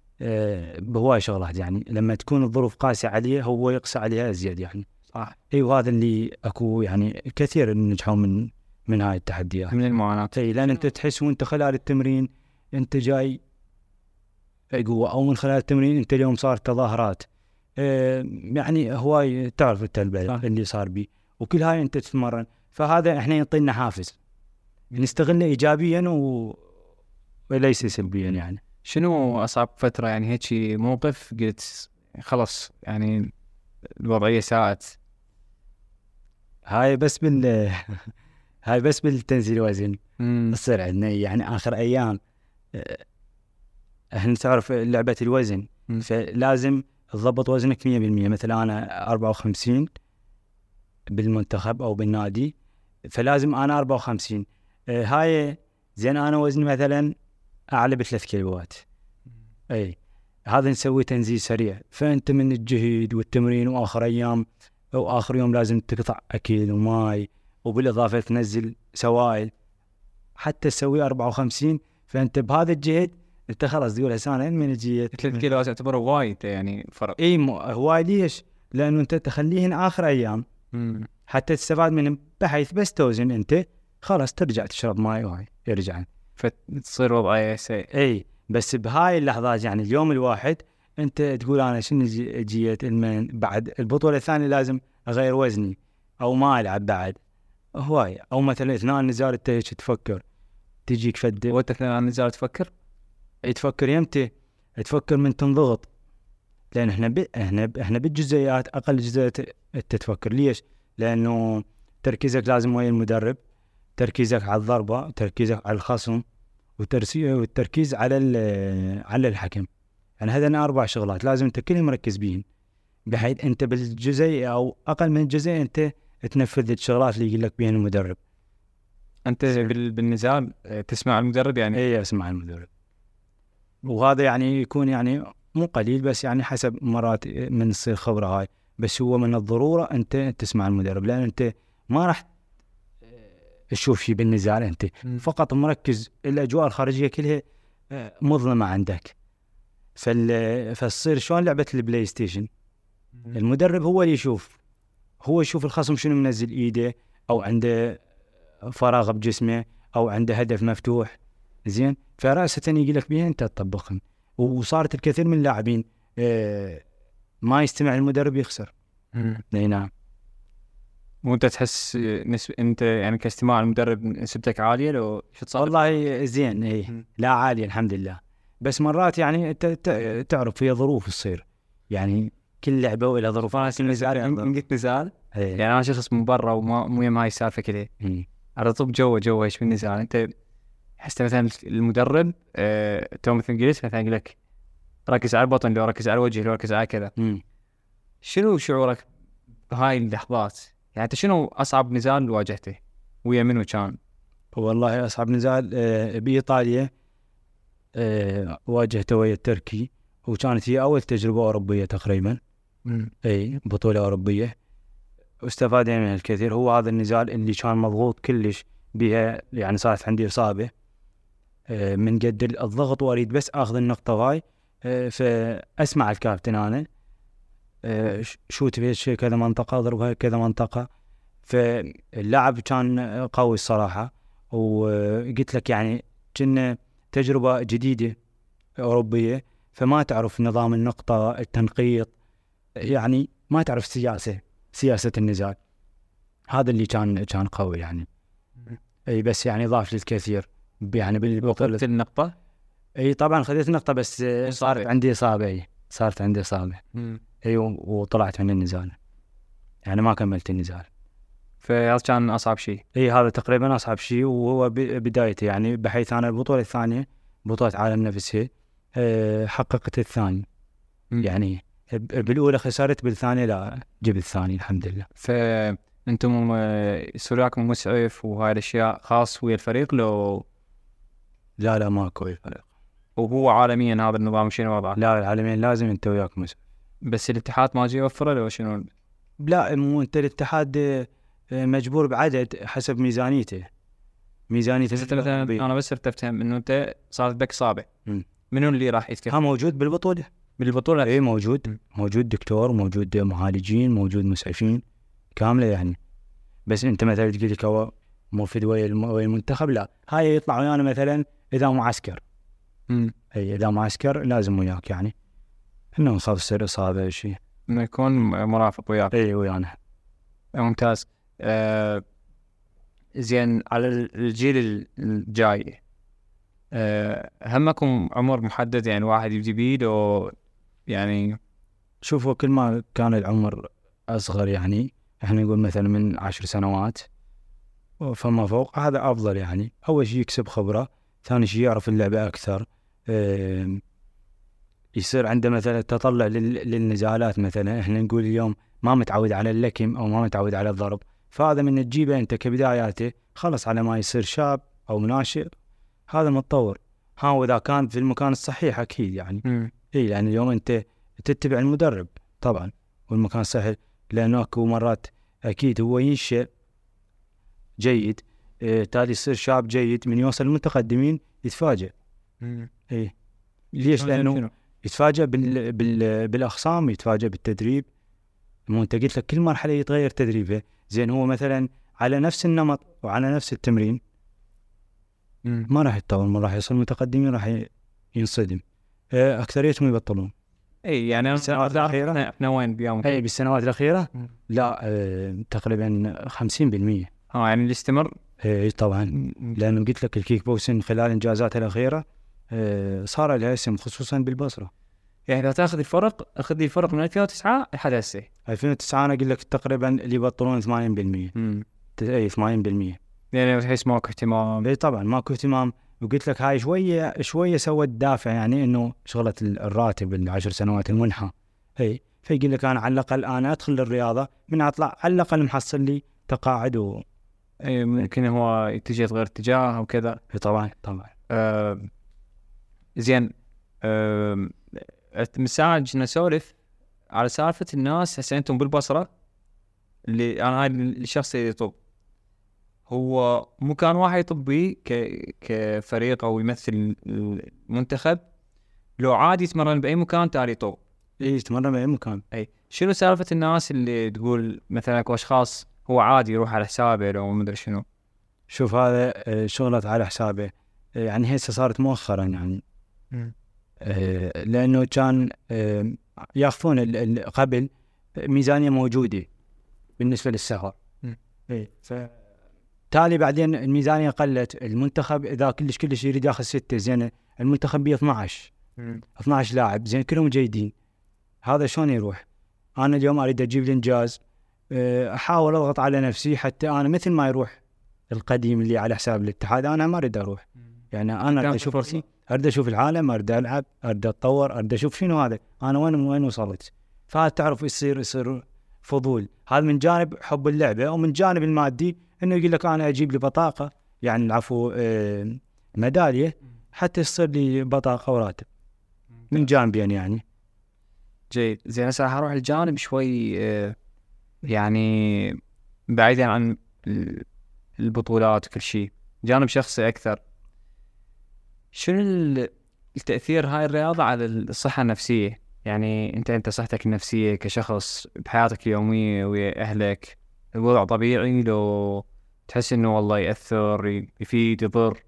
بهواي شغلات. يعني لما تكون الظروف قاسية عليه هو يقسى عليها أزيد يعني. صح. اي، وهذا اللي اكو يعني كثير نجحوا من من هاي التحديات، من المعاناة. اي، لان انت تحس وانت خلال التمرين انت جاي قوة، او من خلال التمرين انت اليوم صار تظاهرات اه يعني هواي تعرف انت البلد اللي صار بي، وكل هاي انت تتمرن. فهذا احنا يعطينا حافز نستغله ايجابيا و... وليس سلبيا. يعني شنو اصعب فترة يعني هيك موقف قلت خلص يعني الوضعية ساءت؟ هاي بس بال هاي بس بالتنزيل الوزن تصير عندنا. يعني آخر أيام احنا تعرف لعبة الوزن، م. فلازم تضبط وزنك مية بالمية. مثلا أنا أربعة وخمسين بالمنتخب أو بالنادي، فلازم أنا أربعة وخمسين. اه هاي زين، أنا وزني مثلا أعلى بثلاث كيلوات، أي هذا نسوي تنزيل سريع. فأنت من الجهد والتمرين وآخر أيام أو آخر يوم لازم تقطع أكل وماي، وبالإضافة تنزل سوائل حتى تسوي أربعة وخمسين. فأنت بهذا الجهد أنت خلاص تقول هسه من الجهد ثلاث كيلو تعتبر وايد يعني فرق. إي هواي. ليش؟ لأنه أنت تخليهن آخر أيام مم. حتى تستفاد منهم، بحيث بس توزن أنت خلاص ترجع تشرب ماي وهاي يرجع فتصير وضعية سيء. إي، بس بهاي اللحظات يعني اليوم الواحد أنت تقول أنا شنو جيت المن بعد البطولة الثانية لازم أغير وزني أو ما ألعب بعد هواي. أو مثلا اثناء النزال أنت هيك تفكر تجيك فد وأنت اثناء النزال تفكر تفكر يمتى تفكر من تنضغط، لأن إحنا ب... إحنا ب... إحنا بالجزئيات أقل جزئيات أنت تفكر. ليش؟ لأنه تركيزك لازم ويا المدرب، تركيزك على الضربة، تركيزك على الخصم، وترسي... والتركيز على ال... على الحكم. يعني هذا أربع شغلات لازم أنت كلهم مركز بيهن، بحيث أنت بالجزئية أو أقل من الجزئية أنت تنفذ الشغلات اللي يقول لك بيهن المدرب. أنت بال... بالنزال تسمع المدرب يعني؟ إيه، أسمع المدرب. وهذا يعني يكون يعني مو قليل بس يعني حسب مرات من تصير خبرة هاي. بس هو من الضرورة أنت تسمع المدرب، لأن أنت ما راح تشوف شيء بالنزال، أنت م. فقط مركز، الأجواء الخارجية كلها مظلمة عندك. فال فتصير شلون لعبة البلاي ستيشن، م. المدرب هو اللي يشوف، هو يشوف الخصم شنو منزل إيده، أو عنده فراغ بجسمه، أو عنده هدف مفتوح، زين، فرأسة يجي لك بيها أنت تطبقهم. وصارت الكثير من اللاعبين آه ما يستمع المدرب يخسر. اي نعم. وانت تحس نسبة انت يعني كاستماع المدرب نسبتك عالية لو شو تصادف؟ والله زين، اي لا عالية الحمد لله. بس مرات يعني انت تعرف هي ظروف تصير، يعني كل لعبة وإلى ظروف. انا نزال من قلت نزال يعني انا شخص من برا وما مو يم هاي السالفة كذا ارطب جو جو ايش من نزال. انت حسيت مثلا المدرب اه تو مثل قلت مثلا يقول لك ركز على البطن، لو ركز على الوجه، لو ركز على كذا. شنو شعورك بهاي اللحظات؟ يعني انت شنو اصعب نزال واجهته ويا منو كان؟ والله اصعب نزال آه بايطاليا، آه واجهته ويا التركي، وكانت هي اول تجربه اوروبيه تقريبا. مم. اي بطوله اوروبيه، واستفاد منها الكثير. هو هذا النزال اللي كان مضغوط كلش بها، يعني صارت عندي اصابه آه من قد الضغط، واريد بس اخذ النقطه هاي. آه فاسمع الكابتن انا آه شو تبي شيء كذا منطقه، اضربها كذا منطقه. فاللاعب كان قوي الصراحة، وقلت لك يعني كنا تجربة جديدة أوروبية، فما تعرف نظام النقطة، التنقيط، يعني ما تعرف سياسة سياسة النزال. هذا اللي كان كان قوي يعني. أي بس يعني ضاف للكثير يعني بالبطولة. خذت النقطة؟ أي طبعا خذيت النقطة، بس صارت عندي إصابة. أي صارت عندي إصابة. أي وطلعت من النزال، يعني ما كملت النزال. فهذا كان أصعب شيء. اي هذا تقريبا أصعب شيء، وهو بدايته يعني، بحيث أنا البطولة الثانية بطولة عالم نفسها أه حققت الثاني. م. يعني بالأولى خسرت، بالثانية لا جبت الثاني الحمد لله. فأنتم سراكم مسعف وهاي الأشياء خاص ويا الفريق لو؟ لا لا ماكو ويا الفريق. وهو عالميا هذا النظام شنو وضعه؟ لا العالميا لازم أنت وياك مسعف. بس الاتحاد ما جي يوفره لو شنو؟ لا مو أنت الاتحاد مجبور بعدد حسب ميزانيته. ميزانيته مثلا انا بس صرت افهم انه انت صارت بك اصابه، منو اللي راح يتكفل؟ ها موجود بالبطوله. بالبطوله اي موجود. م. موجود دكتور، موجود معالجين، موجود مسعفين كامله يعني. بس انت مثلا تقول لك هو موفد ويا المنتخب، لا هاي يطلع ويانا مثلا اذا معسكر. امم اي اذا معسكر لازم وياك، يعني انه صار يصير اصابه شيء انه يكون مرافق وياك. اي ويانا. ممتاز. آه زين، على الجيل الجاي أه همكم عمر محدد يعني واحد يبدي بيد او يعني؟ شوفوا كل ما كان العمر اصغر، يعني احنا نقول مثلا من عشر سنوات فما فوق، هذا افضل. يعني اول شيء يكسب خبرة، ثاني شيء يعرف اللعبة اكثر، أه يصير عنده مثلا تطلع للنزالات. مثلا احنا نقول اليوم ما متعود على اللكم او ما متعود على الضرب، فهذا من تجيبه انت كبداياته خلص على ما يصير شاب او ناشئ هذا متطور. ها واذا كان في المكان الصحيح اكيد يعني. م. اي يعني اليوم انت تتبع المدرب طبعا والمكان الصحيح، لانه اكو مرات اكيد هو ينشئ جيد اه تالي يصير شاب جيد، من يوصل المتقدمين يتفاجئ. اي ليش؟ لانه يتفاجئ بال... بال... بالاخصام، يتفاجئ بالتدريب. مو انت قلت لك كل مرحله يتغير تدريبه. زين هو مثلا على نفس النمط وعلى نفس التمرين مم. ما راح يتطور، ما راح يصل متقدمين، راح ينصدم. اكثريتهم يبطلون. اي يعني السنوات الاخيره احنا وين بيوم؟ اي بالسنوات الاخيره مم. لا اه تقريبا خمسين بالمية. اه يعني اللي استمر. اي طبعا، لانه قلت لك الكيك بوكسين خلال انجازاتها الاخيره اه صار لها اسم خصوصا بالبصره. يعني لو تاخذ الفرق، اخذ لي الفرق من ألفين وتسعة لحد هسه. ألفين وتسعة انا اقول لك تقريبا اللي يبطلون ثمانين بالمية. امم اي ثمانين بالمية. يعني تحس ماكو اهتمام؟ اي طبعا ماكو اهتمام. وقلت لك هاي شويه شويه سوت دافع، يعني انه شغله الراتب العشر سنوات المنحه. اي فيقول لك انا على الاقل انا ادخل للرياضه من اطلع على الاقل محصل لي تقاعد و... اي ممكن هو يتجه غير اتجاه او كذا. طبعا طبعا. آه زين. آه مساج نسولف على سالفة الناس. هسه أنتم بالبصرة اللي أنا هاي الشخص اللي يطب، هو مكان واحد يطب بيه ك... كفريق أو يمثل المنتخب، لو عادي يتمرن بأي مكان تاني يطب. إيه يتمرن بأي مكان. أي شنو سالفة الناس اللي تقول مثلا أكو أشخاص هو عادي يروح على حسابه لو مدري شنو؟ شوف هذا شغلة على حسابه، يعني هسه صارت مؤخرا يعني م. آه لأنه كان آه يأخذون قبل ميزانية موجودة بالنسبة للسفر. إيه فتالي بعدين الميزانية قلت، المنتخب إذا كلش كلش يريد ياخذ ستة، زين المنتخب بيه اثنا عشر م. اثنا عشر لاعب، زين كلهم جيدين، هذا شلون يروح؟ أنا اليوم أريد أجيب الإنجاز، أحاول أضغط على نفسي حتى أنا مثل ما يروح القديم اللي على حساب الاتحاد، أنا ما أريد أروح. يعني أنا أريد أشوف فرصي، أريد أشوف العالم، أريد ألعب، أريد أتطور، أريد أشوف شنو هذا، أنا وين وين وصلت. فهذا تعرف يصير يصير فضول، هذا من جانب حب اللعبة، ومن جانب المادي إنه يقول لك أنا أجيب لي بطاقة، يعني العفو آه ميدالية، حتى يصير لي بطاقة وراتب من جانبين يعني. جيد. زين هسه راح أروح الجانب شوي آه يعني بعيدا عن البطولات وكل شيء، جانب شخصي أكثر. شنو التأثير هاي الرياضة على الصحة النفسية؟ يعني أنت أنت صحتك النفسية كشخص بحياتك اليومية ويا أهلك الوضع طبيعي لو تحس إنه والله يأثر يفيد يضر؟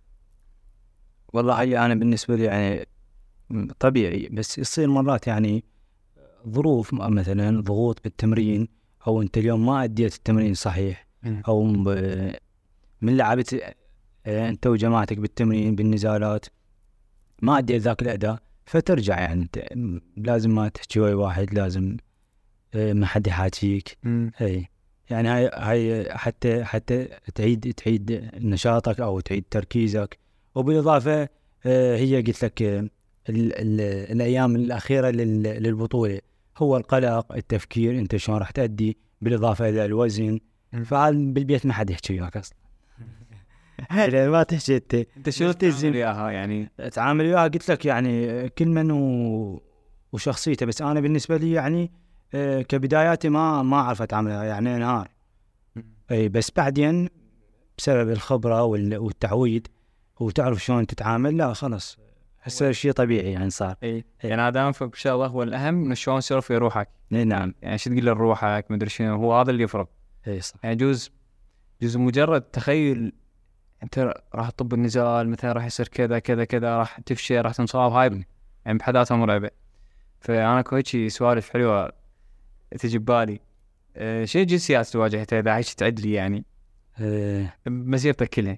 والله هي أنا بالنسبة لي يعني طبيعي، بس يصير مرات يعني ظروف مثلا ضغوط بالتمرين، أو أنت اليوم ما أديت التمرين صحيح، أو من لعبت أنت وجماعتك بالتمرين بالنزالات ما أديت ذاك الأداء، فترجع يعني انت لازم ما تحكي ويا واحد، لازم ما حد يحاكيك. هي يعني هاي هاي حتى حتى تعيد تعيد نشاطك او تعيد تركيزك. وبالاضافه هي قلت لك ال ال الايام الاخيره للبطوله هو القلق، التفكير انت شلون راح تأدي، بالاضافه الى الوزن. فهذا بالبيت ما حد يحكي وياك اصلا. يعني ما تحكي انت انت شو تتعامل وياها؟ يعني اتعامل وياها قلت لك يعني كل من و... وشخصيته، بس انا بالنسبه لي يعني آه كبداياتي ما ما اعرف اتعامل يعني نهار. اي بس بعدين بسبب الخبره وال... والتعويد وتعرف شلون تتعامل، لا خلص هسه شيء طبيعي يعني صار. اي يعني هذا ان شاء الله هو الاهم، من شلون يصير في روحك. نعم يعني شو تقول لروحك مدري شنو، هو هذا اللي يفرق. اي صح. يعني جزء جزء مجرد تخيل انت راح تطب النزال مثلا، راح يصير كذا كذا كذا، راح تفشل، راح تنصاب، هاي يعني بحداتها مرعبه. فانا كويتشي سوالف حلوه تجي ببالي. أه شو الجنسيات اللي واجهتها اذا عايش تعد لي يعني أه مسيرتك كلها؟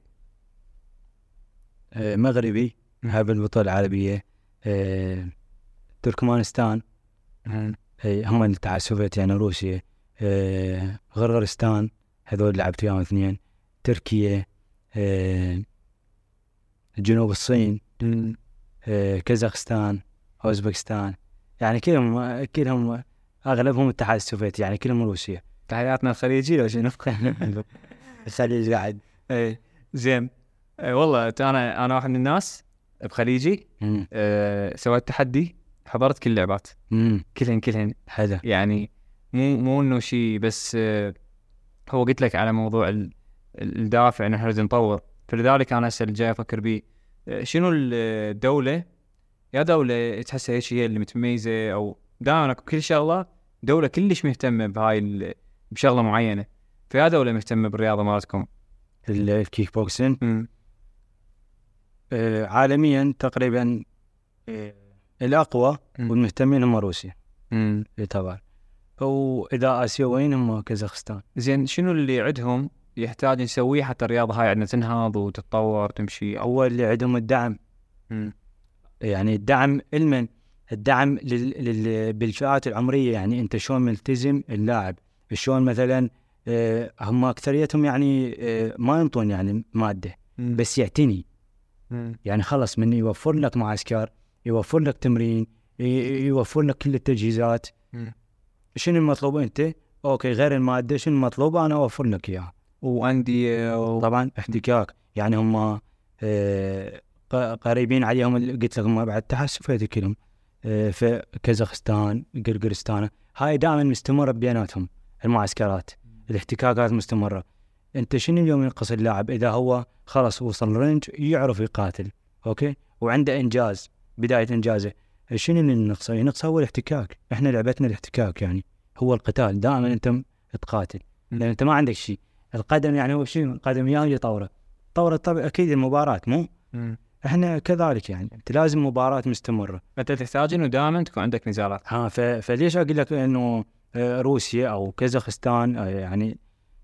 أه مغربي هاي بالبطوله العربيه، أه تركمانستان اي هم الاتحاد السوفيتي يعني روسيا، أه غرغرستان هذول لعبت وياهم اثنين، تركيا، أه جنوب الصين، أه كازاخستان، اوزبكستان، يعني كلهم كلهم اغلبهم الاتحاد السوفيتي، يعني كلهم روسيا. تحياتنا الخليجي لو شنو الخليج قاعد. اي زين. أه والله انا انا واحد من الناس بخليجي أه سويت تحدي، حضرت كل اللعبات كلهن كلهن هذا يعني مو مو انه شيء بس أه هو قلت لك على موضوع الدافع انه لازم نطور. فلذلك انا هسه جاي افكر بيه أه شنو الدوله يا دولة تحسها هيك هي اللي متميزة، أو دائما كل شغلة دولة كلش مهتمة بهاي بشغلة معينة، فيا دولة مهتمة بالرياضة مالتكم الكيك بوكسين. آه عالميا تقريبا آه الأقوى م. والمهتمين هم روسيا طبعا، وإذا آسيويين هم كازاخستان. زين شنو اللي عندهم يحتاج نسويه حتى الرياضة هاي عندنا تنهض وتتطور تمشي؟ أول اللي عندهم الدعم. م. يعني الدعم المن الدعم لل... لل... بالفئات العمرية، يعني أنت شلون ملتزم اللاعب، شلون مثلا آه هم أكثريتهم يعني آه ما ينطون يعني مادة م. بس يعتني م. يعني خلص من يوفر لك معسكر، يوفر لك تمرين، ي... يوفر لك كل التجهيزات. م. شنو المطلوب أنت؟ أوكي غير المادة شنو المطلوب أنا أوفر لك إياه. وعندي و... طبعا احتكاك، يعني هم آه قريبين عليهم، قلت لك هم بعد تحسفات كلهم في كازاخستان، قرقرستان، هاي دائما مستمرة بيناتهم المعسكرات، الاحتكاكات مستمرة. انت شنو اليوم ينقص اللاعب؟ اذا هو خلص وصل رينج يعرف يقاتل اوكي وعنده انجاز، بداية انجازه، شنو اللي ينقصه؟ ينقصه هو الاحتكاك. احنا لعبتنا الاحتكاك، يعني هو القتال، دائما انت تقاتل لان انت ما عندك شيء. القدم يعني هو شيء، القدم يا طورة طورة طبعا اكيد المباراة مو م. احنا كذلك، يعني انت لازم مباراة مستمرة، انت تحتاج انه دائما تكون عندك نزالات. ها ف... فليش اقول لك انه روسيا او كازاخستان يعني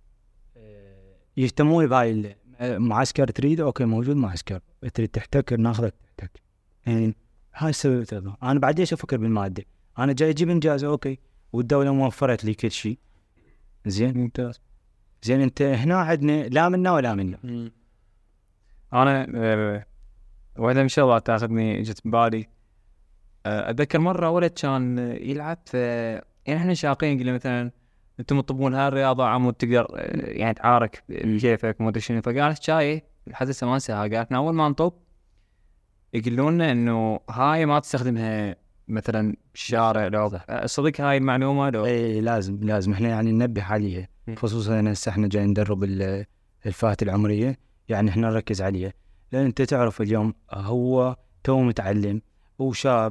يهتمون بهاي المعسكر؟ تريد اوكي موجود معسكر، تريد تحتك ناخذك تحتك، يعني هاي السبب. انا بعد ليش افكر بالماده؟ انا جاي اجيب انجاز اوكي والدوله موفرت لي كل شيء زين ممتاز. زين انت هنا عندنا لا منا ولا منا. م. انا أه وهذا ان شاء الله تاخذني جت ببالي. أه اتذكر مره ولد كان يلعب في، يعني احنا شاقين قلنا مثلا انتم تطبون هالرياضه عمود تقدر يعني تعارك بكيفك ما ادري شنو، فقالت شاي الحدث ما انساها، قالت اول ما نطب يقولون لنا انه هاي ما تستخدمها مثلا بالشارع. لو صدق هاي المعلومه لو اي لازم لازم احنا يعني ننبه عليها، خصوصا هسه احنا جاي ندرب الفئات العمريه، يعني احنا نركز عليها، لان انت تعرف اليوم هو تو متعلم وشاب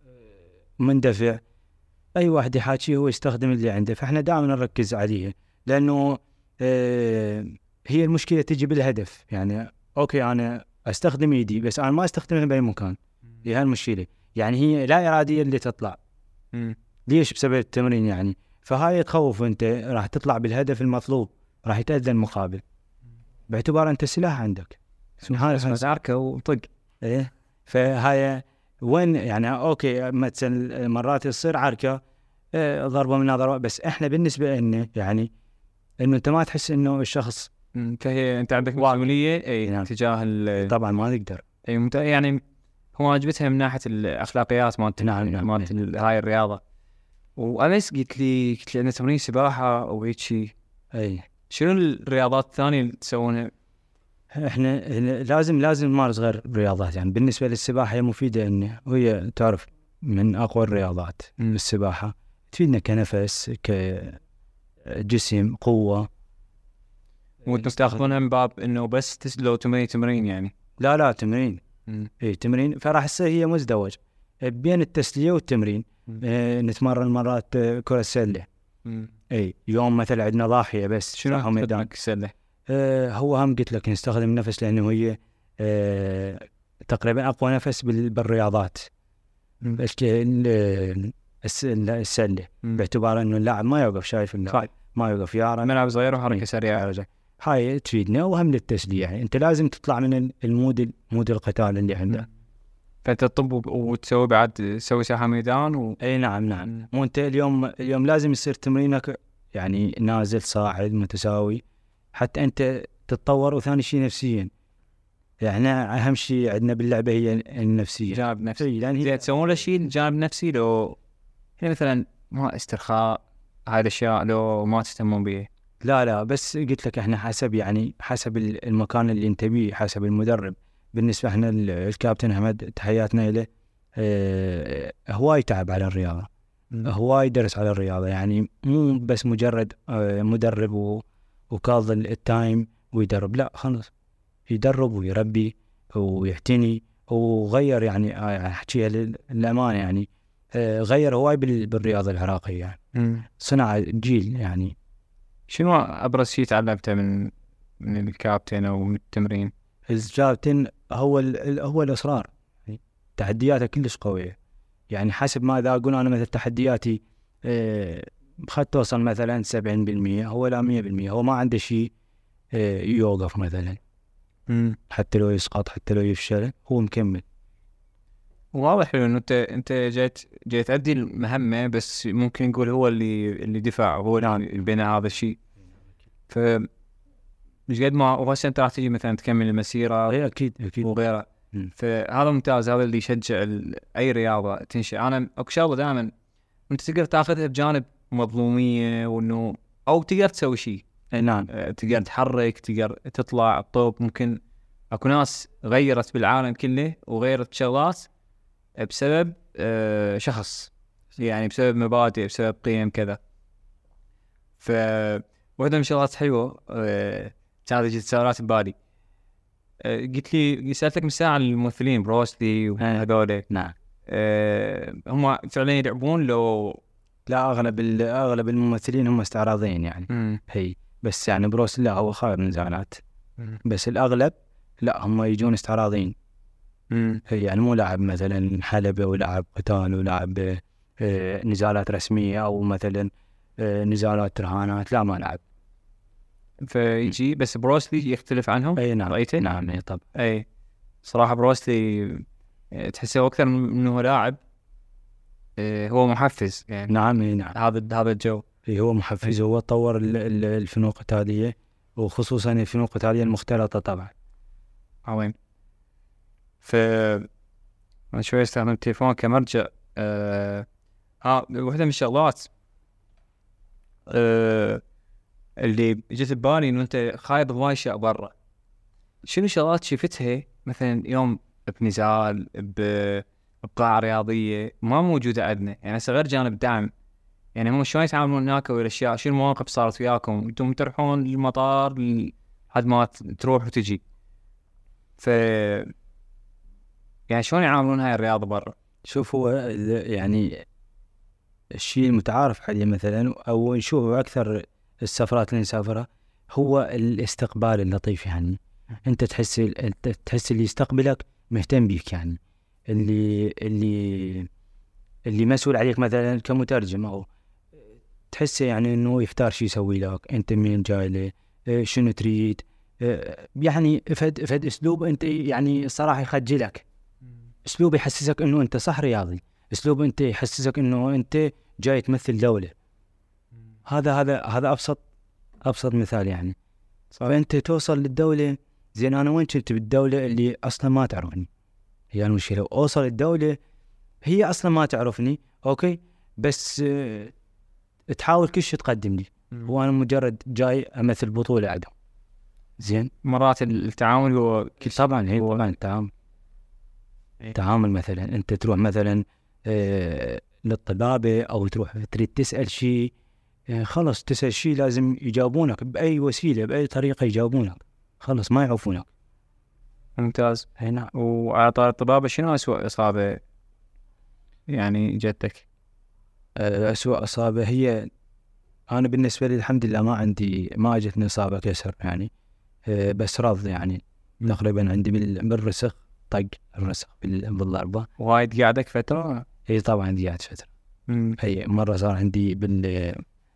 مندفع، اي واحد يحاكيه هو يستخدم اللي عنده، فاحنا دائما نركز عليه، لانه اه هي المشكله تجي بالهدف. يعني اوكي انا استخدم ايدي بس انا ما استخدمها باي مكان، هي هالمشكله، يعني هي لا اراديه اللي تطلع. م. ليش؟ بسبب التمرين يعني. فهاي تخوف، انت راح تطلع بالهدف المطلوب راح يتأذى المقابل، باعتبار انت سلاح عندك هاي عركه وطق. ايه فهاي وين يعني اوكي مثلا مرات يصير عركه إيه ضربه من ضربه، بس احنا بالنسبه لنا يعني انه انت ما تحس انه الشخص فهي انت عندك مسؤوليه اي يعني تجاه طبعا ما تقدر اي مت... يعني هو واجبتها من ناحيه الاخلاقيات مالت نعم مالت هاي الرياضه. وامس قلت لي قلت لي عندنا تمرين سباحه وهيك شيء، اي شنو الرياضات الثانيه اللي تسوونها؟ احنا لازم لازم نمارس غير الرياضات، يعني بالنسبه للسباحه هي مفيده، انه وهي تعرف من اقوى الرياضات. م. السباحه تفيدنا كنفس كجسم قوه. وانتم تاخذونها من باب انه بس تسلو تمرين تمرين يعني؟ لا لا تمرين اي تمرين، فراح تصير هي مزدوج بين التسليه والتمرين. اه نتمرن مرات كره السله، اي يوم مثلا عندنا ضاحيه بس شنو ميدان السله. اه هو هم قلت لك نستخدم نفس لانه هي اه تقريبا اقوى نفس بالرياضات السله، باعتبار انه اللاعب ما يوقف، شايف اللاعب ما يوقف يارا ملعب صغير وحركه سريعه، هاي تفيدنا وهم للتسليه. يعني انت لازم تطلع من المود مود القتال اللي عنده. فانت تطب وتسوي بعد تسوي ساحه ميدان و... اي نعم نعم. مو انت اليوم اليوم لازم يصير تمرينك يعني نازل صاعد متساوي حتى انت تتطور، وثاني شيء نفسيا، يعني اهم شيء عندنا باللعبه هي النفسيه، جانب نفسي. لان هي تسوون له شيء جانب نفسي، لو يعني مثلا ما استرخاء هاي الاشياء لو ما تهتمون به. لا لا بس قلت لك احنا حسب يعني حسب المكان اللي انت بيه، حسب المدرب. بالنسبه احنا الكابتن احمد تحياتنا له، اه هواي تعب على الرياضه، هواي درس على الرياضه، يعني مو بس مجرد اه مدرب وكاظ التايم ويدرب، لا خلص يدرب ويربي ويعتني وغير، يعني احكيها للامانه يعني اه غير هواي بالرياضه العراقيه، يعني صنع جيل. يعني شنو ابرز شيء تعلمته من من الكابتن او من التمرين؟ الكابتن هو هو الاصرار، تحدياته كلش قويه، يعني حسب ما اذا اقول انا مثلا تحدياتي اه خد توصل مثلا سبعين بالمية، هو لا مية بالمية، هو ما عنده شيء اه يوقف مثلا، م. حتى لو يسقط حتى لو يفشل هو مكمل. واضح انه انت انت جيت جيت تأدي المهمه، بس ممكن نقول هو اللي اللي دفع، هو اللي بين هذا الشيء. ف مش قد ما وهسه انت راح تجي مثلا تكمل المسيره. اي اكيد اكيد وغيره. فهذا ممتاز، هذا اللي يشجع اي رياضه تنشئ. انا اكو شغله دائما انت تقدر تاخذها بجانب مظلوميه، وانه او تقدر تسوي شيء. نعم تقدر تحرك، تقدر تطلع الطوب. ممكن اكو ناس غيرت بالعالم كله وغيرت شغلات بسبب آه شخص، يعني بسبب مبادئ، بسبب قيم كذا. ف واحدة من الشغلات حلوة آه كانت جت تساؤلات ببالي. آه قلت لي سألتك من ساعة عن الممثلين بروسلي وهذول. نعم. آه هم فعلا يلعبون لو لا، اغلب اغلب الممثلين هم استعراضيين يعني. مم. هي بس يعني بروس لا هو خارج من نزالات، مم. بس الاغلب لا هم يجون استعراضيين. مم. هي يعني مو لاعب مثلا حلبة ولاعب قتال ولاعب آه نزالات رسمية او مثلا آه نزالات رهانات، لا ما لعب. فيجي بس بروسلي يختلف عنهم. اي نعم. رأيته؟ نعم اي طب. اي صراحة بروسلي تحسه اكثر من انه لاعب، هو محفز يعني. نعم اي نعم. هذا هذا الجو. إيه هو محفز، هو طور ال- ال- الفنون القتالية، وخصوصا الفنون القتالية المختلطة طبعا. عظيم. ف انا شوي استخدم التليفون كمرجع. آه... اه واحدة من الشغلات آه... اللي جت ببالي انه انت خايض هواي اشياء برا. شنو شغلات شفتها مثلا يوم بنزال ب- بقاعة رياضية ما موجودة عندنا؟ يعني هسه غير جانب دعم، يعني هم شلون يتعاملون هناك والاشياء، شنو المواقف صارت وياكم انتم تروحون للمطار لحد ما تروح وتجي؟ ف يعني شلون يعاملون هاي الرياضة برا؟ شوف هو ال- يعني الشيء المتعارف عليه مثلا او نشوفه اكثر السفرات اللي نسافرها هو الاستقبال اللطيف. يعني انت تحس انت تحس اللي يستقبلك مهتم بيك، يعني اللي اللي اللي مسؤول عليك مثلا كمترجم، او تحسه يعني انه يختار شيء يسوي لك، انت مين جاي له، إيه شنو تريد، إيه يعني فد فد اسلوب انت يعني صراحه يخجلك، اسلوب يحسسك انه انت صح رياضي، اسلوب انت يحسسك انه انت جاي تمثل دوله. هذا هذا هذا ابسط ابسط مثال يعني. فانت توصل للدوله، زين انا وين كنت بالدوله اللي اصلا ما تعرفني؟ هي المشكله، اوصل الدوله هي اصلا ما تعرفني، اوكي، بس اه تحاول كل شيء تقدم لي، وانا مجرد جاي امثل بطوله عندهم. زين مرات التعامل هو طبعا هي طبعا التعامل تعامل مثلا انت تروح مثلا اه للطلابه او تروح تريد تسال شيء، اه خلص تسال شيء لازم يجاوبونك باي وسيله باي طريقه، يجاوبونك خلص ما يعوفونك. ممتاز. هنا وعلى طار الطلابه شنو اسوء اصابه يعني جتك؟ اه اسوء اصابه هي انا بالنسبه لي الحمد لله ما عندي ما اجتني اصابه كسر يعني، اه بس رض يعني تقريبا عندي بالرسخ، طق الرسخ بالضربه. وايد قاعدك فتره؟ هي طبعا قعدت فتره. مم. هي مره صار عندي بال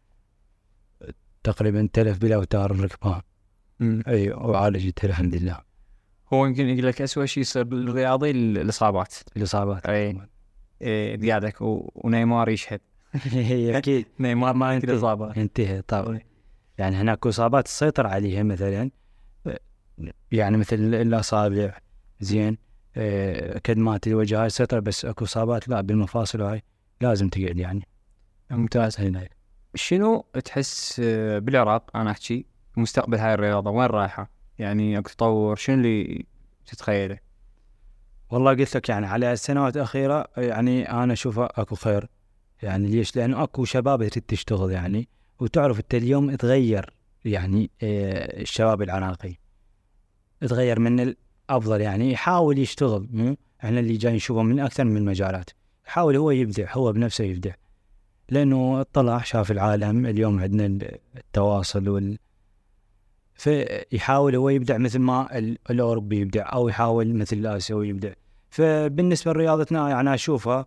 تقريبا تلف بالاوتار الركبان. اي وعالجت الحمد لله. هو يمكن يقول لك اسوء شيء يصير بالرياضي الاصابات. الاصابات اي إيه قاعدك و... ونيمار يشهد. هي اكيد نيمار ما ينتهي الاصابات. انتهى طبعا. يعني هناك اصابات تسيطر عليها مثلا، يعني مثل الاصابع، زين آه كدمات الوجه هاي تسيطر، بس اكو اصابات لا بالمفاصل هاي لازم تقعد يعني. ممتاز. هنا شنو تحس بالعراق، انا احكي مستقبل هاي الرياضه وين رايحه؟ يعني اكو تطور، شنو اللي تتخيله؟ والله قلت لك يعني على السنوات الأخيرة يعني أنا أشوفها أكو خير. يعني ليش؟ لأنه أكو شباب تريد تشتغل يعني، وتعرف أنت اليوم تغير يعني آه الشباب العراقي تغير من الأفضل، يعني يحاول يشتغل. مو إحنا اللي جاي نشوفه من أكثر من المجالات، يحاول هو يبدع، هو بنفسه يبدع، لأنه اطلع شاف العالم اليوم عندنا التواصل وال فيحاول هو يبدع مثل ما الأوروبي يبدع، أو يحاول مثل الآسيوي يبدع. فبالنسبة لرياضتنا يعني أشوفها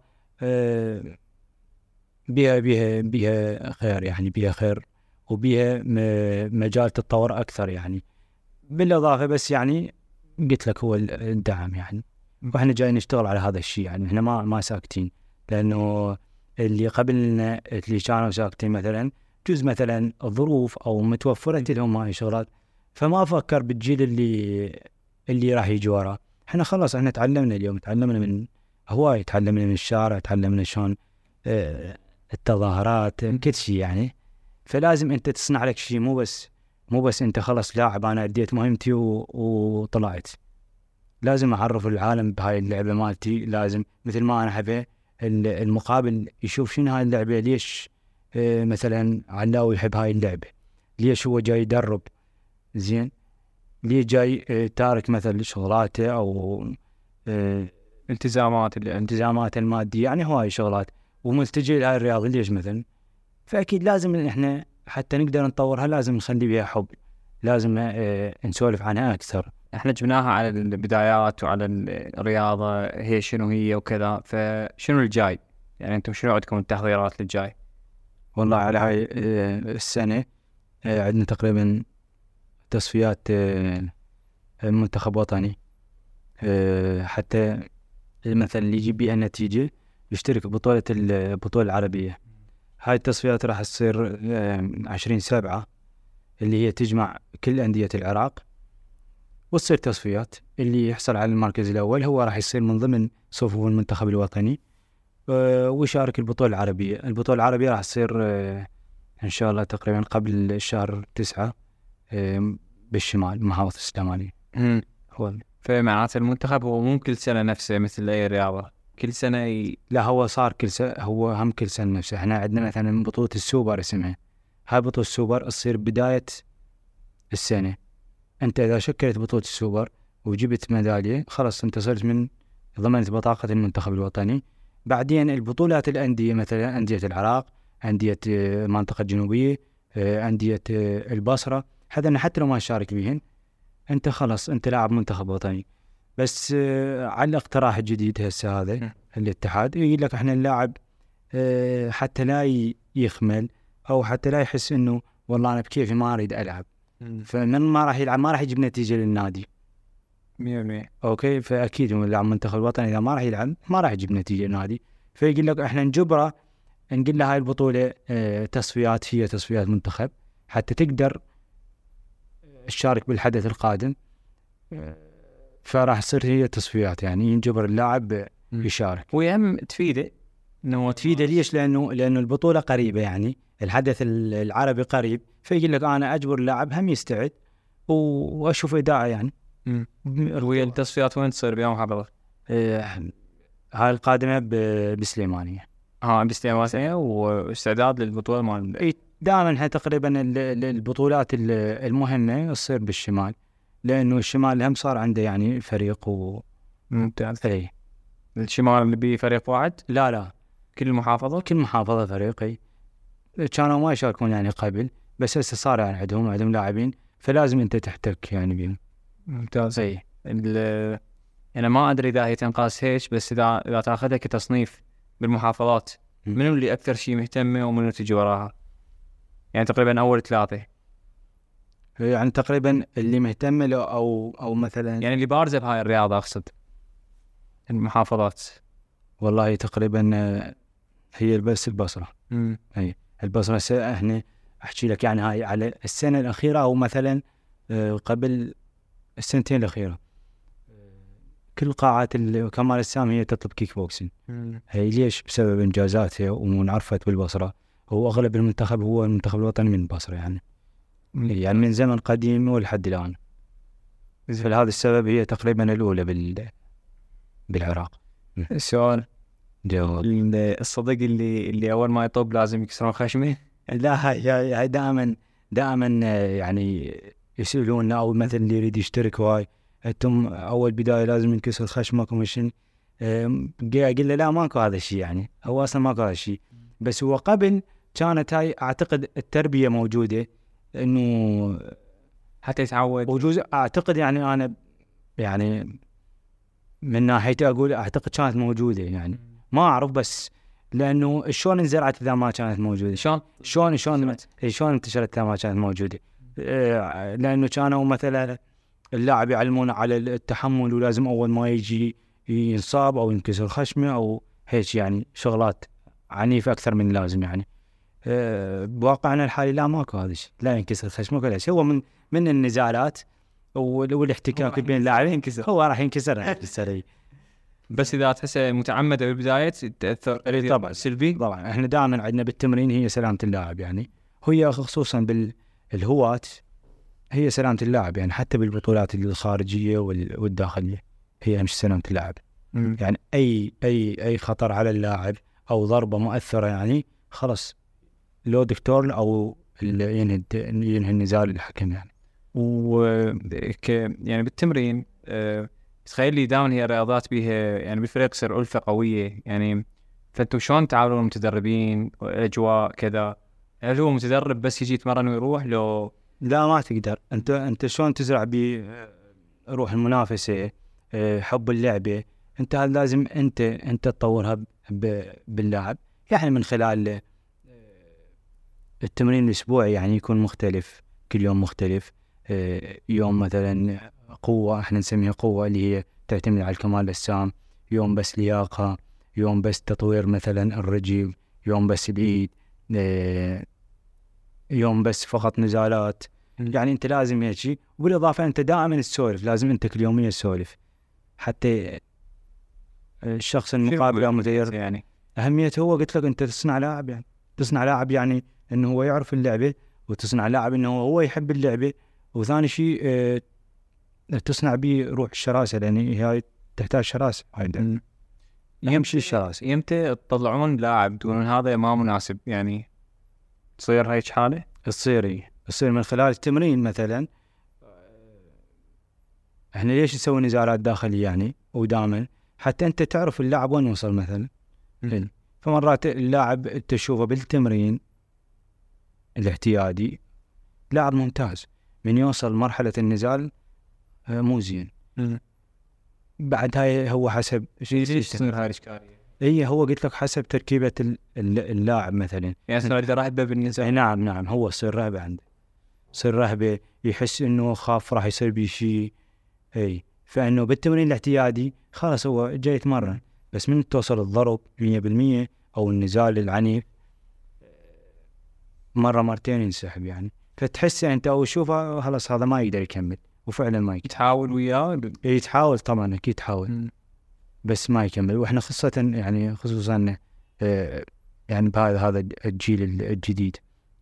بيها بيها بيها خير، يعني بيها خير وبيها مجال تتطور أكثر يعني. بالإضافة بس يعني قلت لك هو الدعم يعني، وإحنا جاي نشتغل على هذا الشيء يعني، إحنا ما ما ساكتين، لأنه اللي قبلنا اللي كانوا ساكتين مثلا جزء مثلا الظروف أو متوفرة لهم هاي الشغلات، فما أفكر بالجيل اللي اللي راح يجي وراه. إحنا خلاص إحنا تعلمنا اليوم، تعلمنا من هواي، تعلمنا من الشارع، تعلمنا شلون اه التظاهرات كل شيء يعني. فلازم أنت تصنع لك شيء، مو بس مو بس أنت خلاص لاعب أنا أديت مهمتي وطلعت. لازم أعرف العالم بهاي اللعبة مالتي، لازم مثل ما أنا حبي المقابل يشوف شنو هاي اللعبة، ليش اه مثلا علاوي يحب هاي اللعبة، ليش هو جاي يدرب زين، ليه جاي اه تارك مثلا شغلاته أو اه التزامات اللي التزامات المادية، يعني هواي شغلات، وملتجئ لهاي الرياضة ليش مثلا. فأكيد لازم إن إحنا حتى نقدر نطورها لازم نخلي بيها حب، لازم اه نسولف عنها أكثر. احنا جبناها على البدايات وعلى الرياضة هي شنو هي وكذا، فشنو الجاي؟ يعني انتم شنو عندكم التحضيرات للجاي؟ والله على هاي اه السنة اه عندنا تقريبا تصفيات اه منتخب وطني، اه حتى مثلا اللي يجيب بيها النتيجة يشترك ببطولة البطولة العربية. هاي التصفيات راح تصير عشرين سبعة اللي هي تجمع كل أندية العراق، وتصير تصفيات. اللي يحصل على المركز الأول هو راح يصير من ضمن صفوف المنتخب الوطني ويشارك البطولة العربية. البطولة العربية راح تصير إن شاء الله تقريبا قبل الشهر تسعة بالشمال محافظة السليمانية. هو فمعناته المنتخب هو مو كل سنة نفسه مثل أي رياضة، كل سنة ي... لا هو صار كل سنة، هو هم كل سنة نفسه. احنا عندنا مثلا بطولة السوبر اسمها، هاي بطولة السوبر تصير بداية السنة. انت اذا شكلت بطولة السوبر وجبت ميدالية خلاص انت صرت من ضمنت بطاقة المنتخب الوطني. بعدين البطولات الأندية مثلا أندية العراق، أندية المنطقة الجنوبية، أندية البصرة، هذا حتى لو ما شارك بيهن انت خلاص انت لاعب منتخب وطني. بس على الاقتراح الجديد هسه هذا الاتحاد يقول لك احنا اللاعب حتى لا يخمل او حتى لا يحس انه والله انا بكيفي ما اريد العب، فمن ما راح يلعب ما راح يجيب نتيجه للنادي مية بالمية. اوكي، فاكيد من اللاعب المنتخب الوطني اذا ما راح يلعب ما راح يجيب نتيجه للنادي. فيقول لك احنا نجبره نقول له هاي البطوله تصفيات، هي تصفيات منتخب حتى تقدر تشارك بالحدث القادم، فراح تصير هي تصفيات يعني ينجبر اللاعب يشارك. ويهم تفيده انه تفيده ليش؟ لانه لانه البطوله قريبه، يعني الحدث العربي قريب، فيقول لك انا اجبر اللاعب هم يستعد واشوف اداءه يعني. وهي التصفيات وين تصير بيوم محافظه؟ اه هاي القادمه بسليمانيه. اه بسليمانيه، واستعداد للبطوله مال دائما احنا تقريبا البطولات المهمه تصير بالشمال، لانه الشمال هم صار عنده يعني فريق و ممتاز. اي الشمال اللي بيه فريق واحد؟ لا لا كل محافظه كل محافظه فريقي كانوا ما يشاركون يعني قبل، بس هسه صار يعني عندهم عندهم لاعبين فلازم انت تحتك يعني بيهم. ممتاز. اي انا ما ادري اذا هي تنقاس هيك، بس اذا اذا تاخذها كتصنيف بالمحافظات منو اللي اكثر شيء مهتمه ومنو تجي وراها؟ يعني تقريبا اول ثلاثه يعني تقريبا اللي مهتم له او او مثلا يعني اللي بارزه بهاي الرياضه اقصد المحافظات. والله تقريبا هي بس البصره. امم اي البصره احنا احكي لك يعني هاي على السنه الاخيره او مثلا قبل السنتين الاخيره كل قاعات كمال السام هي تطلب كيك بوكسين. هي ليش؟ بسبب انجازاتها ومنعرفت بالبصره، هو اغلب المنتخب هو المنتخب الوطني من البصره يعني مم. يعني من زمن قديم ولحد الان. فلهذا السبب هي تقريبا الاولى بال بالعراق. السؤال جواب الصديق اللي اللي اول ما يطب لازم يكسرون خشمه؟ لا هاي هاي دائما دائما يعني يسألون او مثلا اللي يريد يشترك هاي انتم اول بدايه لازم ينكسر خشمك ومشين، قال له لا ماكو هذا الشيء، يعني هو اصلا ماكو هذا الشيء. بس هو قبل كانت هاي اعتقد التربيه موجوده انه حتى يتعود وجوز اعتقد يعني انا يعني من ناحيتي اقول اعتقد كانت موجوده يعني ما اعرف، بس لانه شلون انزرعت اذا ما كانت موجوده؟ شلون شلون شلون شلون انتشرت اذا ما كانت موجوده؟ لانه كانوا مثلا اللاعب يعلمون على التحمل ولازم اول ما يجي ينصاب او ينكسر خشمه او هيك يعني شغلات عنيفه اكثر من اللازم يعني. أه بواقعنا الحالي لا ماكو هذا الشيء، لا ينكسر خشمه ولا شيء، هو من من النزالات والاحتكاك بين اللاعبين ينكسر، هو راح ينكسر بالسريع. بس اذا تحسه متعمده بالبدايه تاثر طبعا سلبي. طبعا احنا دائما عندنا بالتمرين هي سلامه اللاعب يعني، هي خصوصا بالهواة هي سلامه اللاعب يعني، حتى بالبطولات الخارجيه والداخليه هي مش سلامه اللاعب. مم. يعني اي اي اي خطر على اللاعب او ضربه مؤثره يعني خلص لو دكتور او ال- ينهي ينهي النزال الحكم يعني. وك يعني بالتمرين أه تخيل لي دائما هي رياضات بيها يعني بالفريق يصير ألفة قوية يعني، فانتوا شلون تعاملون المتدربين والاجواء كذا؟ هل هو متدرب بس يجي يتمرن ويروح لو؟ لا ما تقدر انت انت شلون تزرع بروح المنافسه آه، حب اللعبه. انت هذا لازم انت انت تطورها ب- باللاعب يعني من خلال آه، التمرين الاسبوعي يعني يكون مختلف كل يوم مختلف. آه، يوم مثلا قوه احنا نسميها قوه اللي هي تعتمد على الكمال الاجسام، يوم بس لياقه، يوم بس تطوير مثلا الرجل، يوم بس الايد، آه، يوم بس فقط نزالات. يعني انت لازم هيك شيء، وبالاضافه انت دائما تسولف، لازم انت كل يوميا تسولف حتى الشخص المقابل او المتدرب يعني اهميته. هو قلت لك انت تصنع لاعب يعني تصنع لاعب يعني انه هو يعرف اللعبه، وتصنع لاعب انه هو يحب اللعبه، وثاني شيء اه تصنع به روح الشراسه لان هي تحتاج شراسه. هاي اهم شيء الشراسه. يمتى تطلعون لاعب تقولون هذا ما مناسب يعني تصير هيك حاله؟ تصير إيه؟ تصير من خلال التمرين مثلا. احنا ليش نسوي نزالات داخليه يعني ودائما حتى انت تعرف اللاعب وين وصل مثلا. م. فمرات اللاعب انت تشوفه بالتمرين الاعتيادي لاعب ممتاز، من يوصل مرحله النزال آه، مو زين. م. بعد هاي هو حسب ليش تصير هاي الاشكاليه؟ اي هو قلت لك حسب تركيبه ال- ال- اللاعب مثلا. يعني صار اذا رهبه اي بالنزال. نعم نعم هو يصير رهبه عنده، يصير رهبه، يحس انه خاف راح يصير بيه شيء. اي فانه بالتمرين الاعتيادي خلاص هو جاي يتمرن، بس من توصل الضرب مية بالمية او النزال العنيف مره مرتين ينسحب يعني. فتحس انت او تشوفه خلاص هذا ما يقدر يكمل، وفعلا ما يقدر. تحاول وياه؟ إيه تحاول طبعا اكيد تحاول م. بس ما يكمل. واحنا خاصه يعني خصوصا آه، يعني بهذا هذا الجيل الجديد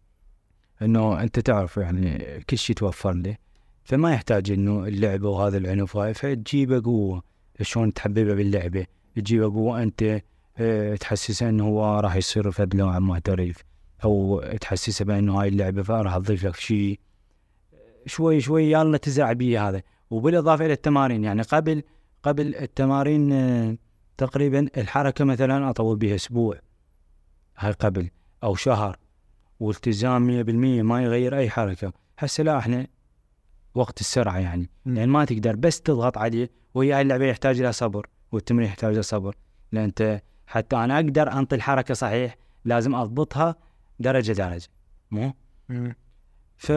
انه انت تعرف يعني كل شيء توفر له، فما يحتاج انه اللعبه وهذا العنف هاي، فتجيبه قوه. شلون تحببه باللعبه؟ تجيبه قوه انت اه تحسسه انه هو راح يصير فد لاعب محترف، او تحسسه بانه هاي اللعبه فراح تضيف لك شيء شوي شوي يلا تزرع بيه هذا. وبالاضافه الى التمارين يعني قبل قبل التمارين اه تقريبا الحركه مثلا اطول بها اسبوع، هاي قبل او شهر، والتزام مية بالمية ما يغير أي حركة. هسه لا احنا وقت السرعة يعني م. يعني ما تقدر بس تضغط عليه، وهي هاي اللعبة يحتاج لها صبر والتمرين يحتاج لها صبر. لأن أنت حتى أنا أقدر أنطي الحركة صحيح لازم أضبطها درجة درجة مو م. ف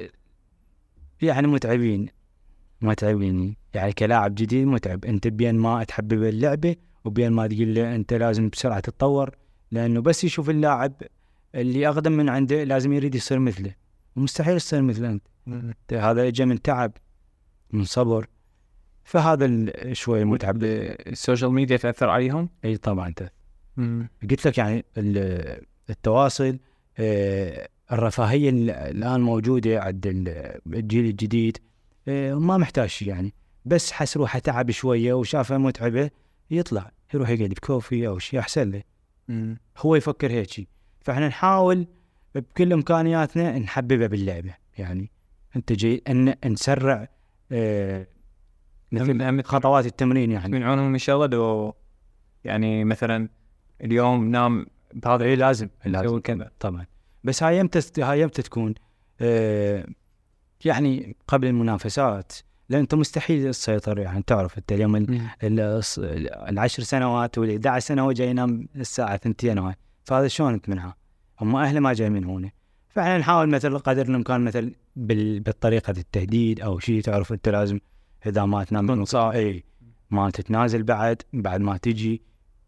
يعني متعبين متعبين يعني كلاعب جديد متعب. أنت بين ما تحبب اللعبة وبين ما تقول له أنت لازم بسرعة تتطور، لأنه بس يشوف اللاعب اللي أقدم من عنده لازم يريد يصير مثله، مستحيل يصير مثله أنت. م. هذا اجى من تعب من صبر، فهذا ال- شوي متعب. السوشيال ميديا تأثر عليهم؟ اي طبعا انت م. قلت لك يعني ال- التواصل آه، الرفاهية ال- الآن موجودة عند ال- الجيل الجديد آه، ما محتاج شيء يعني، بس حس روحه تعب شوية وشافها متعبة يطلع يروح يقعد بكوفي أو شيء أحسن له. م. هو يفكر هيك شيء. فاحنا نحاول بكل إمكانياتنا نحببه باللعبة يعني. أنت جاي أن نسرع آه، مثل خطوات التمرين يعني تمنعونهم من شغله لو يعني مثلا اليوم نام بهذا اي لازم لازم كذا طبعا. بس هاي يمتى هاي يمتى تكون آه يعني قبل المنافسات، لان انت مستحيل تسيطر يعني. تعرف انت اليوم ال- ال- الص- العشر سنوات والإحدى عشر سنه هو جاي ينام الساعه اثنتين هاي، فهذا شلون انت منها؟ هم اهله ما جاي من هنا. فاحنا نحاول مثل قدر الامكان مثل بال- بالطريقه التهديد او شيء. تعرف انت لازم اذا ما تنام اي ما تتنازل بعد بعد ما تجي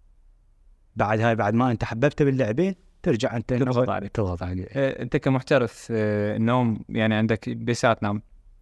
بعد هاي بعد ما انت حببته باللعبه ترجع انت تضغط عليه تضغط عليه. اه انت كمحترف اه النوم يعني عندك بساعة تنام؟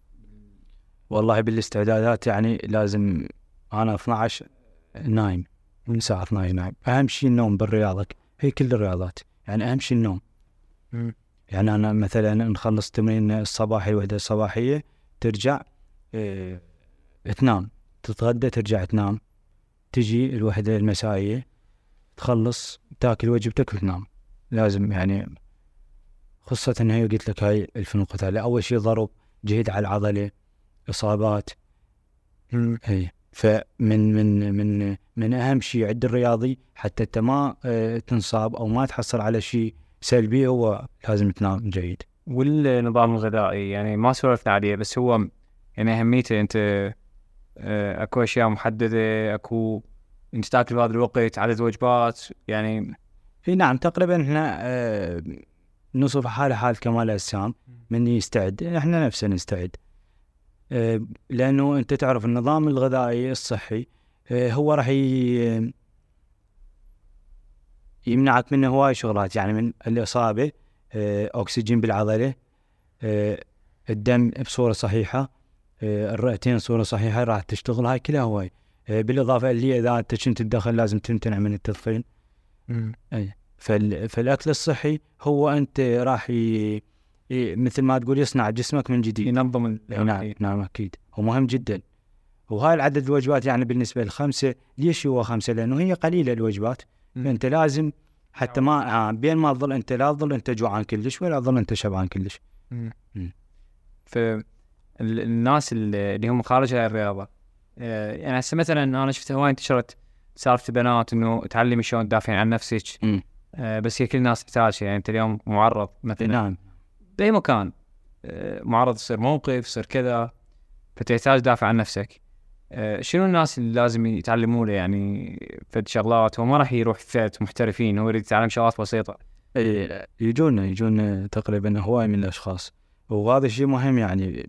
والله بالاستعدادات يعني لازم انا اثنا عشر نايم من الساعه اثنا عشر نايم. اهم شيء النوم بالرياضه، هي كل الرياضات يعني اهم شيء النوم. م. يعني انا مثلا نخلص تمرين الصباحي الوحده الصباحيه ترجع اه تنام، تتغدى ترجع تنام، تجي الوحدة المسائية تخلص تاكل وجبتك وتنام. لازم يعني خاصة إن هي قلت لك هاي الفنون القتالية أول شيء ضرب جهد على العضلة إصابات. هي فمن من من من أهم شيء عند الرياضي حتى أنت ما اه تنصاب أو ما تحصل على شيء سلبي هو لازم تنام جيد. والنظام الغذائي يعني ما سولفنا عليه بس هو يعني أهميته أنت اه أكو أشياء محددة أكو أنت تاكل في هذا الوقت عدد وجبات يعني. هي نعم تقريبا إحنا اه نوصف حالة حال كمال الأجسام من يستعد إحنا نفسنا نستعد اه لأنه أنت تعرف النظام الغذائي الصحي اه هو راح يمنعك منه هواي شغلات يعني من الإصابة اه أكسجين بالعضلة اه الدم بصورة صحيحة اه الرئتين صورة صحيحة راح تشتغل هاي كلها هواي اه بالإضافة اللي إذا أنت كنت تدخل لازم تمتنع من التدخين. أي فالأكل الصحي هو أنت راح ي... ي... مثل ما تقول يصنع جسمك من جديد ينظم ال... نعم نعم أكيد هو مهم جدا. وهاي العدد الوجبات يعني بالنسبة للخمسة ليش هو خمسة لأنه هي قليلة الوجبات. فأنت لازم حتى ما بين ما تظل أنت لا تظل أنت جوعان كلش ولا تظل أنت شبعان كلش. فالناس اللي هم خارج هاي الرياضة يعني هسه مثلا أنا شفت هواي انتشرت سالفة بنات إنه تعلمي شلون تدافعين عن نفسك. آه بس هي كل الناس تحتاج يعني أنت اليوم معرض مثلا نعم بأي مكان آه معرض يصير موقف يصير كذا فتحتاج تدافع عن نفسك. آه شنو الناس اللي لازم يتعلموا له يعني فد شغلات هو ما راح يروح فئة محترفين هو يريد يتعلم شغلات بسيطة. يجون يجون تقريبا هواي من الأشخاص وهذا شيء مهم يعني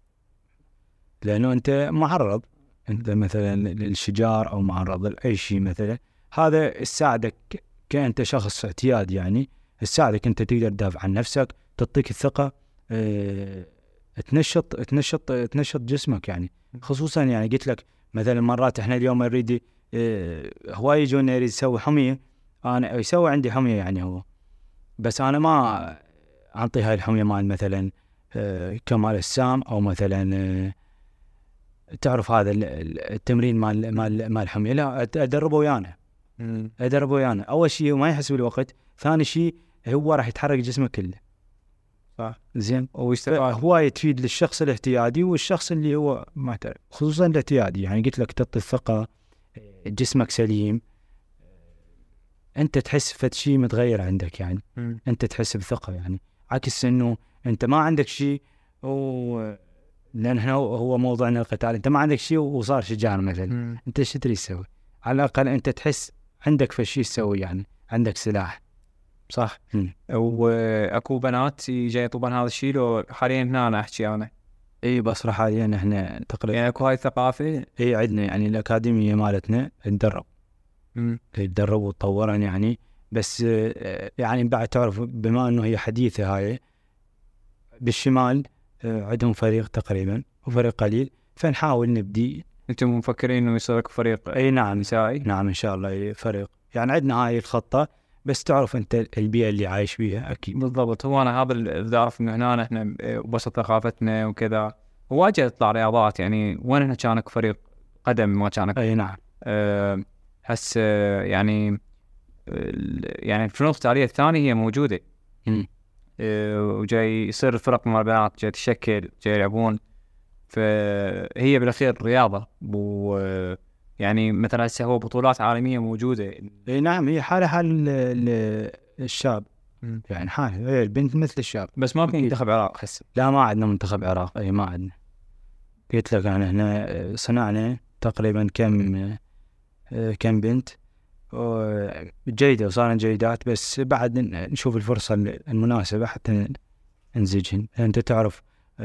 لأنه أنت معرض أنت مثلا للشجار أو معرض لأي شيء مثلا هذا يساعدك كأنت شخص اعتياد يعني يساعدك أنت تقدر تدافع عن نفسك تعطيك الثقة اه تنشط تنشط تنشط جسمك يعني خصوصا يعني قلت لك مثلا مرات احنا اليوم نريد اه هواي يجون يريد يسوي حمية أنا يسوي عندي حمية يعني هو بس أنا ما أعطي هاي الحمية مال مثلا اه كمال السام أو مثلا اه تعرف هذا التمرين مال مال مال الحمية لا أدربه ويانا أدربه ويانا أول شيء ما يحس بالوقت ثاني شيء هو راح يتحرك جسمه كله صح زين هو يتفيد للشخص الاحتيادي والشخص اللي هو معترف خصوصا الاحتيادي يعني قلت لك تعطي الثقة جسمك سليم أنت تحس فد شيء متغير عندك يعني م. أنت تحس بثقة يعني عكس إنه أنت ما عندك شيء و لأن هنا هو موضوعنا القتال أنت ما عندك شيء وصار شجاع مثلا م. أنت شو تريد تسوي على الأقل أنت تحس عندك فشي تسوي يعني عندك سلاح صح. وأكو بنات جاي يطلبون هذا الشيء لو حاليا هنا أنا أحكي أنا إيه بصراحة حاليا إحنا تقريبا يعني أكو هاي الثقافة إيه عندنا يعني الأكاديمية مالتنا ندرب ندرب وتطورن يعني بس يعني بعد تعرف بما إنه هي حديثة هاي بالشمال عندهم فريق تقريبا وفريق قليل فنحاول نبدي. أنتم مفكرين إنه يصير لك فريق أي نعم نسائي؟ نعم إن شاء الله فريق يعني عندنا هاي الخطة بس تعرف أنت البيئة اللي عايش فيها أكيد. بالضبط هو أنا هذا اللي أعرف إنه هنا إحنا وسط ثقافتنا وكذا واجد تطلع رياضات يعني وين هنا كانك فريق قدم ما كانك. أي نعم أه هس يعني يعني الفنون القتالية الثانية هي موجودة أه وجاي يصير الفرق مع البنات جاي تشكل جاي يلعبون فهي بالأخير رياضة و يعني مثلا هسه هو بطولات عالمية موجودة. اي نعم هي حالة حال الشاب م. يعني حالة البنت مثل الشاب بس ما في منتخب عراق هسه. لا ما عندنا منتخب عراق اي ما عندنا قلت لك يعني احنا صنعنا تقريبا كم كم بنت جيدة وصارن جيدات بس بعد نشوف الفرصة المناسبة حتى ننزجهن. انت تعرف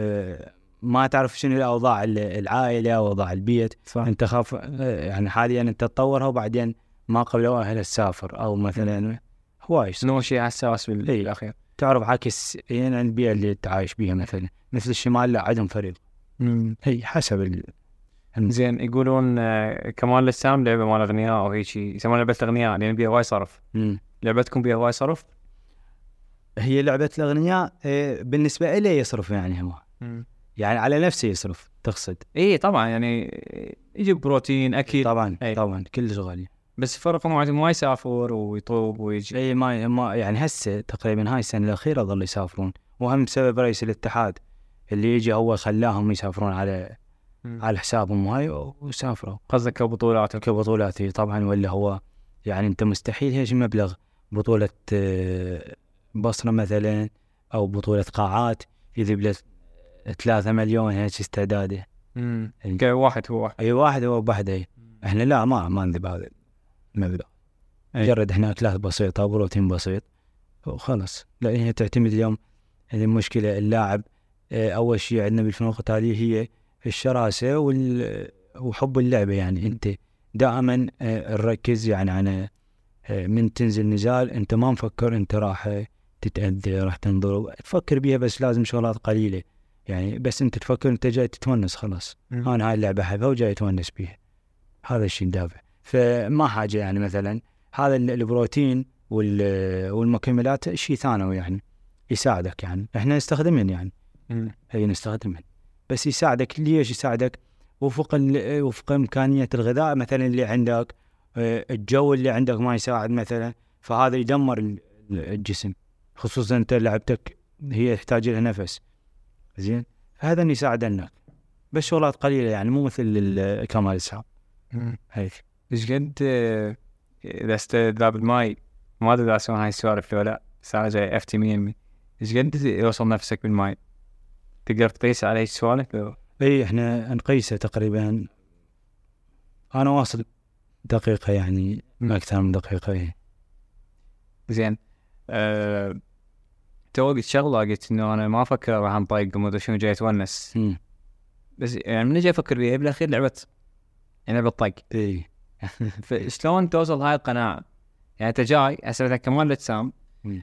ما تعرف شنو الأوضاع العائلة أو أوضاع البيت صح. أنت خاف يعني حاليا أنت تطورها وبعدين ما قبل أهل السافر أو مثلا هواي شنو شيء حساس بالأخير تعرف عكس هنا البيئة اللي تعايش بيها مثلا مثل الشمال لا عندهم فريق مم. هي حسب ال... زين يقولون آه كمال السام لعبة مال أغنياء أو هيك شيء يسمونها لعبة أغنياء لأن بيها هواي صرف. مم. لعبتكم بيها هواي صرف؟ هي لعبة الأغنياء بالنسبة إلي يصرف يعني هو مم. يعني على نفسه يصرف تقصد؟ اي طبعا يعني يجيب بروتين اكيد طبعا أي. طبعا كلش غالي. بس فرق ما ما يسافر ويطوب ويجي. اي ما, ما يعني هسه تقريبا هاي السنه الاخيره ظل يسافرون، وهم بسبب رئيس الاتحاد اللي يجي هو خلاهم يسافرون على م. على حسابهم هاي وسافروا. قصدك كبطولات كبطولات طبعا، ولا هو يعني انت مستحيل هيش مبلغ بطوله بصره مثلا او بطوله قاعات يذيب له ثلاثة مليون هيك استعداده. امم كواحد هو اي واحد هو بوحده. احنا لا ما ما نذيب هذا المبلغ، مجرد احنا اكلات بسيطه بروتين بسيط وخلص. لا هي تعتمد اليوم المشكله اللاعب اول شيء عندنا بالفنون القتاليه هي الشراسه وال وحب اللعبه. يعني انت دائما نركز يعني على من تنزل نزال انت ما مفكر انت راح تتأذى راح تنضرب، تفكر بيها بس لازم شغلات قليله يعني، بس انت تفكر انت جاي تتونس خلاص. م. انا هاي اللعبه احبها وجاي اتونس بيها، هذا الشيء الدافع. فما حاجه يعني مثلا هذا البروتين والمكملات شيء ثانوي يعني يساعدك، يعني احنا نستخدمهن يعني م. هي نستخدمهن بس يساعدك. ليش يساعدك؟ وفق وفق امكانيه الغذاء مثلا اللي عندك، الجو اللي عندك ما يساعد مثلا، فهذا يدمر الجسم، خصوصا انت لعبتك هي تحتاج لها نفس زين، فهذا اللي يساعدنا بس شغلات قليله يعني مو مثل كمال الساعه. هيك ايش قد اذا استذاب الماي ما ادري اذا اسوي هاي السوالف ولا لا، بس انا جاي افتي مية ايش قد يوصل نفسك بالماي؟ تقدر تقيس على هاي السوالف؟ اي احنا نقيسه تقريبا انا واصل دقيقه يعني ما اكثر من دقيقه. ايه زين. أه... تو قلت شغله، قلت انه انا ما افكر راح انطيق وما شنو جاي اتونس، م. بس يعني من جاي افكر فيها بالاخير لعبه يعني بالطق. اي فشلون توصل هاي القناعه؟ يعني انت جاي هسه مثلا كمال الاجسام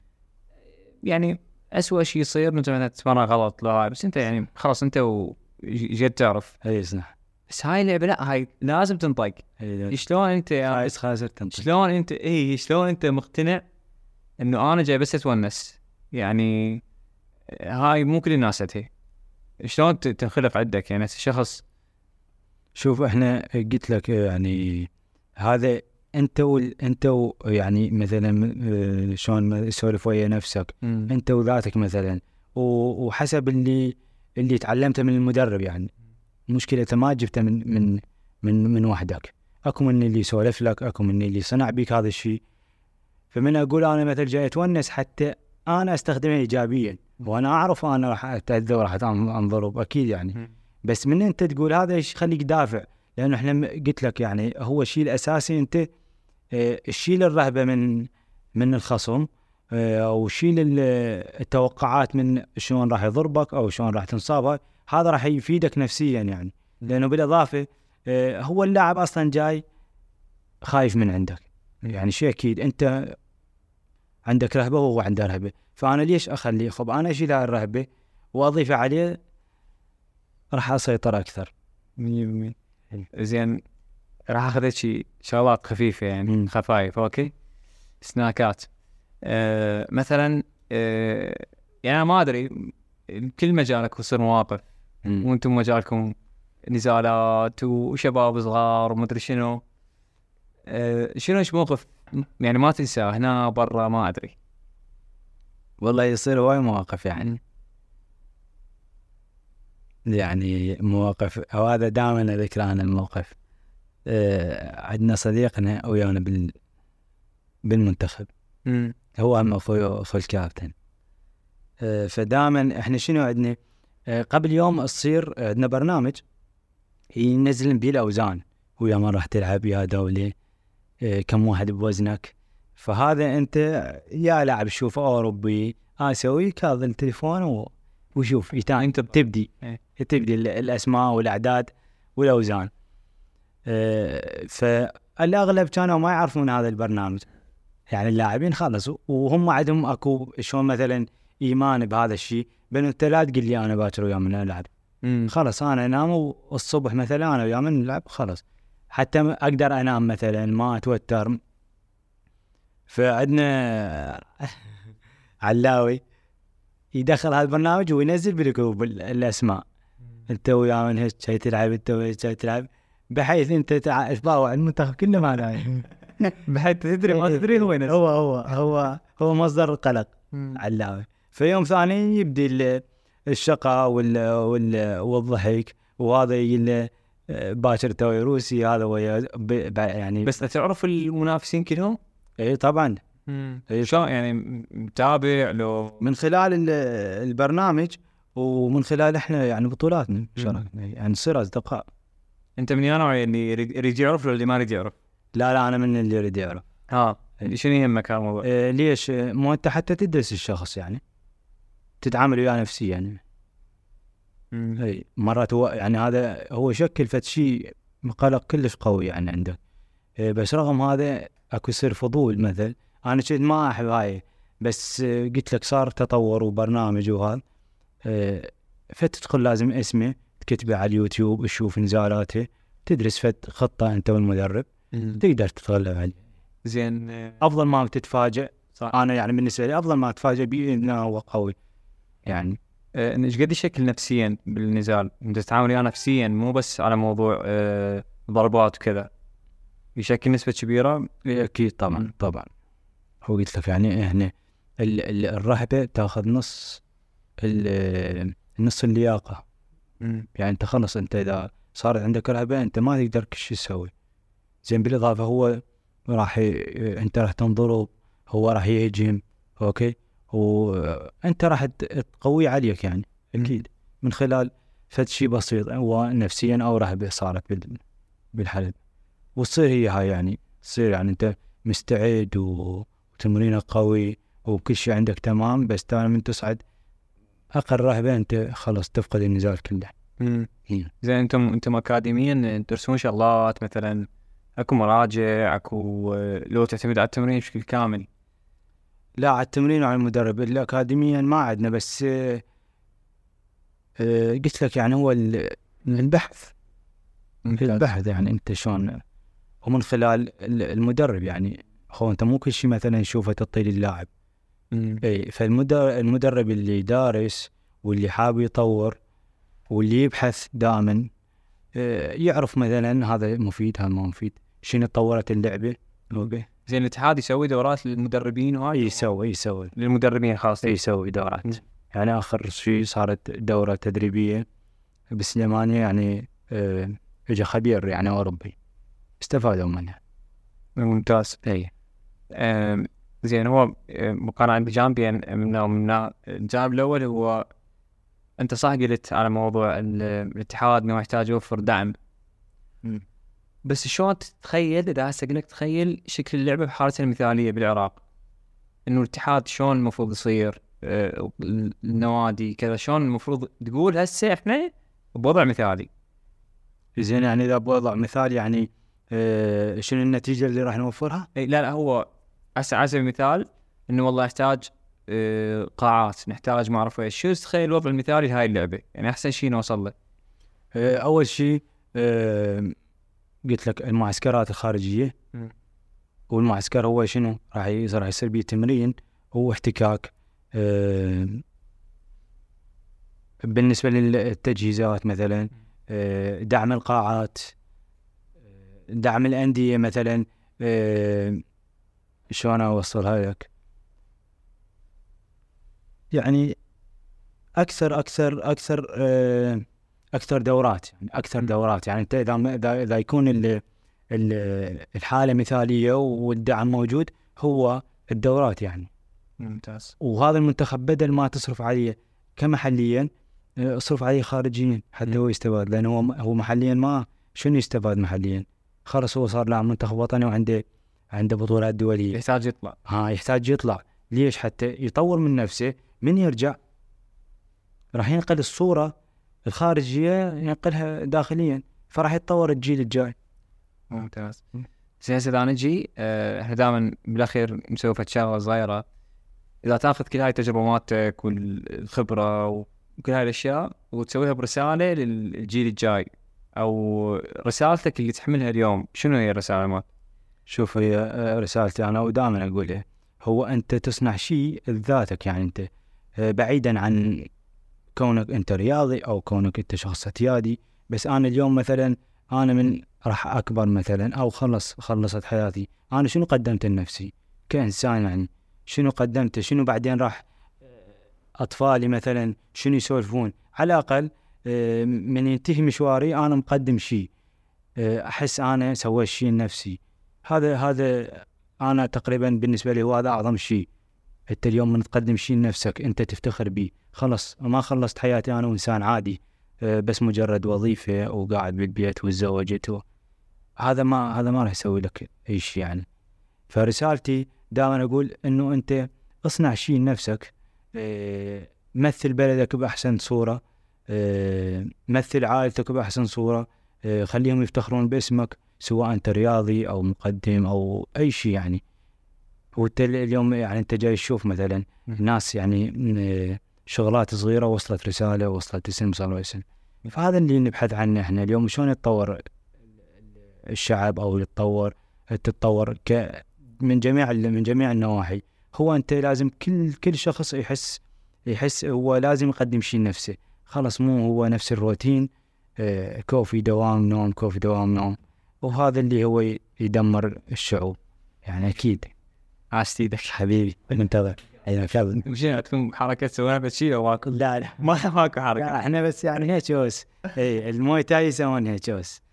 يعني اسوأ شيء يصير انت مثلا تتمرن غلط لا، بس انت يعني خلاص انت وجد تعرف. اي صح. بس هاي اللعبه لا، هاي لازم تنطق. شلون انت يعني خاسر تنطق؟ شلون انت اي شلون انت مقتنع انه انا جاي بس اتونس؟ يعني هاي مو كل الناس عندها. شلون تنخلق عندك يعني شخص؟ شوف احنا قلت لك يعني هذا انت وال... انت و... يعني مثلا شلون تسولف ويا نفسك م. انت وذاتك مثلا و... وحسب اللي اللي تعلمته من المدرب. يعني مشكلة ما جبته من من من من وحدك، اكو من اللي يسولف لك، اكو من اللي صنع بيك هذا الشيء. فمن اقول انا مثلا جاي اتونس حتى انا استخدمه ايجابيا، وانا اعرف انا راح اتاذى وراح انضرب اكيد يعني م. بس من انت تقول هذا يخليك دافع، لانه احنا قلت لك يعني هو الشيء الاساسي انت اه الشيء الرهبه من من الخصم اه او شيء التوقعات من شلون راح يضربك او شلون راح تنصاب، هذا راح يفيدك نفسيا يعني. لانه بالاضافه اه هو اللاعب اصلا جاي خايف من عندك، يعني شيء اكيد انت عندك رهبه وهو عنده رهبه، فانا ليش اخلي خب انا اشيل هاي الرهبه واضيف عليه راح اسيطر اكثر. مية بالمية. زين راح اخذ شيء شغلات خفيفه يعني م. خفايف اوكي سناكات. أه مثلا أه يعني ما ادري كل مجالك يصير مواقف م. وانتم مجالكم نزالات وشباب صغار ومدري شنو. أه شنو ايش موقف يعني ما تنساه هنا برا ما ادري؟ والله يصير هواي مواقف يعني يعني مواقف او هذا دائما اذكر انا الموقف. أه عندنا صديقنا ويانا بال بالمنتخب م. هو هم اخوي اخو الكابتن. أه فدائما احنا شنو عندنا أه قبل يوم تصير عندنا برنامج ينزل بيه الاوزان ويا ما راح تلعب يا دولي أه كم واحد بوزنك. فهذا انت يا لاعب شوف اوروبي اسوي كاظ التليفون و وشوف انت تبدي ايه. تبدي الاسماء والاعداد والاوزان. أه فالاغلب كانوا ما يعرفون هذا البرنامج، يعني اللاعبين خلصوا وهم عندهم اكو شلون مثلا ايمان بهذا الشيء، بانه انت لا تقول لي انا باكر ويا من العب خلص انا انام والصبح مثلا انا ويا من نلعب خلص حتى اقدر انام مثلا ما اتوتر. فعندنا علاوي يدخل هذا البرنامج وينزل بالجروب الاسماء انت ويا من هيك شاي تلعب، انت وهيك شاي تلعب، بحيث انت تع- تطاوع المنتخب كله ما نايم. بحيث تدري ما تدري هو ينزل. هو هو هو هو مصدر القلق على اللاعب. في يوم ثاني يبدي ال- الشقاء وال وال والضحك، وهذا يجي له باكر توي روسي، هذا ويا ب- ب- يعني بس تعرف المنافسين كلهم؟ اي طبعا. إيه شو يعني متابع لو من خلال ال- البرنامج، ومن خلال احنا يعني بطولاتنا شاركنا، يعني نصير اصدقاء. انت من النوع اللي يريد يريد يعرف ولا اللي ما يريد يعرف؟ لا لا انا من اللي يريد يعرف. ها شنو يهمك هالموضوع؟ إيه ليش؟ مو انت حتى تدرس الشخص، يعني تتعامل وياه نفسيا يعني. مم. اي مرات هو يعني هذا هو شكل فد شيء قلق كلش قوي يعني عندك. إيه بس رغم هذا اكو يصير فضول. مثل انا كنت ما احب هاي، بس آه، قلت لك صار تطور وبرنامج وهذا، آه، فتدخل لازم اسمه تكتبه على اليوتيوب، تشوف نزالاته، تدرس فد خطة انت والمدرب، مم. تقدر تتغلب عليه. زين آه، افضل ما تتفاجئ. صح. انا يعني بالنسبة لي افضل ما تتفاجئ بيه انه هو قوي يعني. آه، ايش قد يشكل نفسيا بالنزال؟ انت تتعامل وياه نفسيا مو بس على موضوع آه، ضربات وكذا، يشكل نسبة كبيرة؟ اكيد طبعا مم. طبعا. هو قلت لك يعني احنا ال- ال- الرهبة تاخذ نص ال- نص اللياقة. مم. يعني انت خلص، انت اذا صارت عندك رهبة انت ما تقدر كل شيء تسوي. زين بالاضافة هو راح ي... انت راح تنضرب، هو راح يهجم، اوكي، وانت راح ت- تقوي عليك يعني اكيد من خلال فد شيء بسيط، هو نفسيا او رهبة صارت بال... بالحلب، وتصير هي هاي يعني تصير يعني انت مستعد و... وتمرينك قوي وكل شيء عندك تمام، بس تاني من تصعد اقل رهبة انت خلص تفقد النزال كله. مم. مم. زين انتم انتم اكاديميا تدرسون شغلات مثلا، اكو مراجع، اكو آه، لو تعتمد على التمرين بشكل كامل؟ لا على التمرين وعلى المدرب. الأكاديميا ما عندنا، بس آه، آه، قلت لك يعني هو ال- البحث البحث يعني أنت شلون، ومن خلال ال- المدرب يعني. هو أنت مو كل شيء مثلا تشوفه تعطيه للاعب. مم. إي فالمدرب اللي دارس واللي حاب يطور واللي يبحث دائما، آه، يعرف مثلا هذا مفيد هذا ما مفيد، شنو تطورت اللعبة. أوكي. زين الاتحاد يسوي دورات للمدربين وهاي؟ يسوي يسوي للمدربين خاصة يسوي دورات. مم. يعني آخر شيء صارت دورة تدريبية بسليمانية، يعني آه، اجى خبير يعني أوروبي استفادوا منها. ممتاز. اي آم، زين هو آه، مقارنة بجانبين من من الجانب الأول هو أنت صح قلت على موضوع ال- الاتحاد إنه يحتاج يوفر دعم، بس شلون تتخيل إذا هسه قلت تخيل شكل اللعبة بحالتها المثالية بالعراق، إنه الاتحاد شلون المفروض يصير، آه، النوادي كذا شلون المفروض تقول هسه إحنا بوضع مثالي؟ زين يعني إذا بوضع مثال يعني آه، شنو النتيجة اللي راح نوفرها؟ إي لا لا هو هسه على سبيل المثال إنه والله يحتاج آه، قاعات، نحتاج ما أعرف إيش، شو تتخيل الوضع المثالي لهاي اللعبة؟ يعني أحسن شيء نوصل له. آه، أول شيء آه، قلت لك المعسكرات الخارجية. م. والمعسكر هو شنو راح يصير راح يصير بيه تمرين واحتكاك. آه، بالنسبة للتجهيزات مثلا آه، دعم القاعات، آه، دعم الأندية مثلا. آه، شلون أوصلها لك؟ يعني أكثر أكثر أكثر آه، أكثر دورات، يعني أكثر م. دورات يعني أنت إذا إذا إذا يكون ال ال الحالة مثالية والدعم موجود، هو الدورات يعني. ممتاز. وهذا المنتخب بدل ما تصرف عليه كمحليا، آه، اصرف عليه خارجيا حتى م. هو يستفاد، لأنه هو هو محليا ما شنو يستفاد محليا؟ خلص هو صار لاعب منتخب وطني وعنده عنده بطولات دولية، يحتاج يطلع. ها يحتاج يطلع. ليش؟ حتى يطور من نفسه، من يرجع راح ينقل الصورة الخارجية ينقلها داخليا، فراح يتطور الجيل الجاي. ممتاز. زين هسه اذا نجي آه، احنا دائما بالاخير نسوي فد شغله صغيره، اذا تاخذ كل هاي التجربه مالتك والخبره وكل هاي الاشياء وتسويها برساله للجيل الجاي، او رسالتك اللي تحملها اليوم، شنو هي الرساله مالك؟ شوف هي آه، رسالتي أنا ودائما أقولها، هو أنت تصنع شيء لذاتك، يعني أنت آه، بعيدا عن كونك انت رياضي او كونك انت شخص اعتيادي. بس انا اليوم مثلا انا من راح اكبر مثلا او خلص خلصت حياتي، انا شنو قدمت لنفسي كانسان؟ يعني شنو قدمت؟ شنو بعدين راح اطفالي مثلا شنو يسولفون؟ على الاقل من ينتهي مشواري انا مقدم شيء، احس انا سويت شيء لنفسي. هذا هذا انا تقريبا بالنسبه لي هو هذا اعظم شيء. انت اليوم من تقدم شيء لنفسك انت تفتخر به، خلص ما خلصت حياتي انا وانسان عادي بس مجرد وظيفه وقاعد بالبيت وتزوجت، هذا ما هذا ما راح يسوي لك اي شيء يعني. فرسالتي دائما اقول انه انت اصنع شيء لنفسك، مثل بلدك باحسن صوره، مثل عائلتك باحسن صوره، خليهم يفتخرون باسمك سواء انت رياضي او مقدم او اي شيء يعني. وانت اليوم يعني انت جاي تشوف مثلا ناس يعني شغلات صغيره وصلت رساله وصلت اسم صار اسم. فهذا اللي نبحث عنه احنا اليوم، شلون يتطور الشعب او يتطور تتطور ك من جميع من جميع النواحي. هو انت لازم كل كل شخص يحس يحس هو لازم يقدم شيء لنفسه، خلص مو هو نفس الروتين اه كوفي دوام نوم كوفي دوام نوم، وهذا اللي هو يدمر الشعوب يعني. اكيد عاش ايدك حبيبي منتظر. ايوه كذا مشينا تكون حركه سوينا بس شيء او لا لا ما ماكو حركه، احنا بس يعني هيك بس اي الموي تاي يسوون هيك بس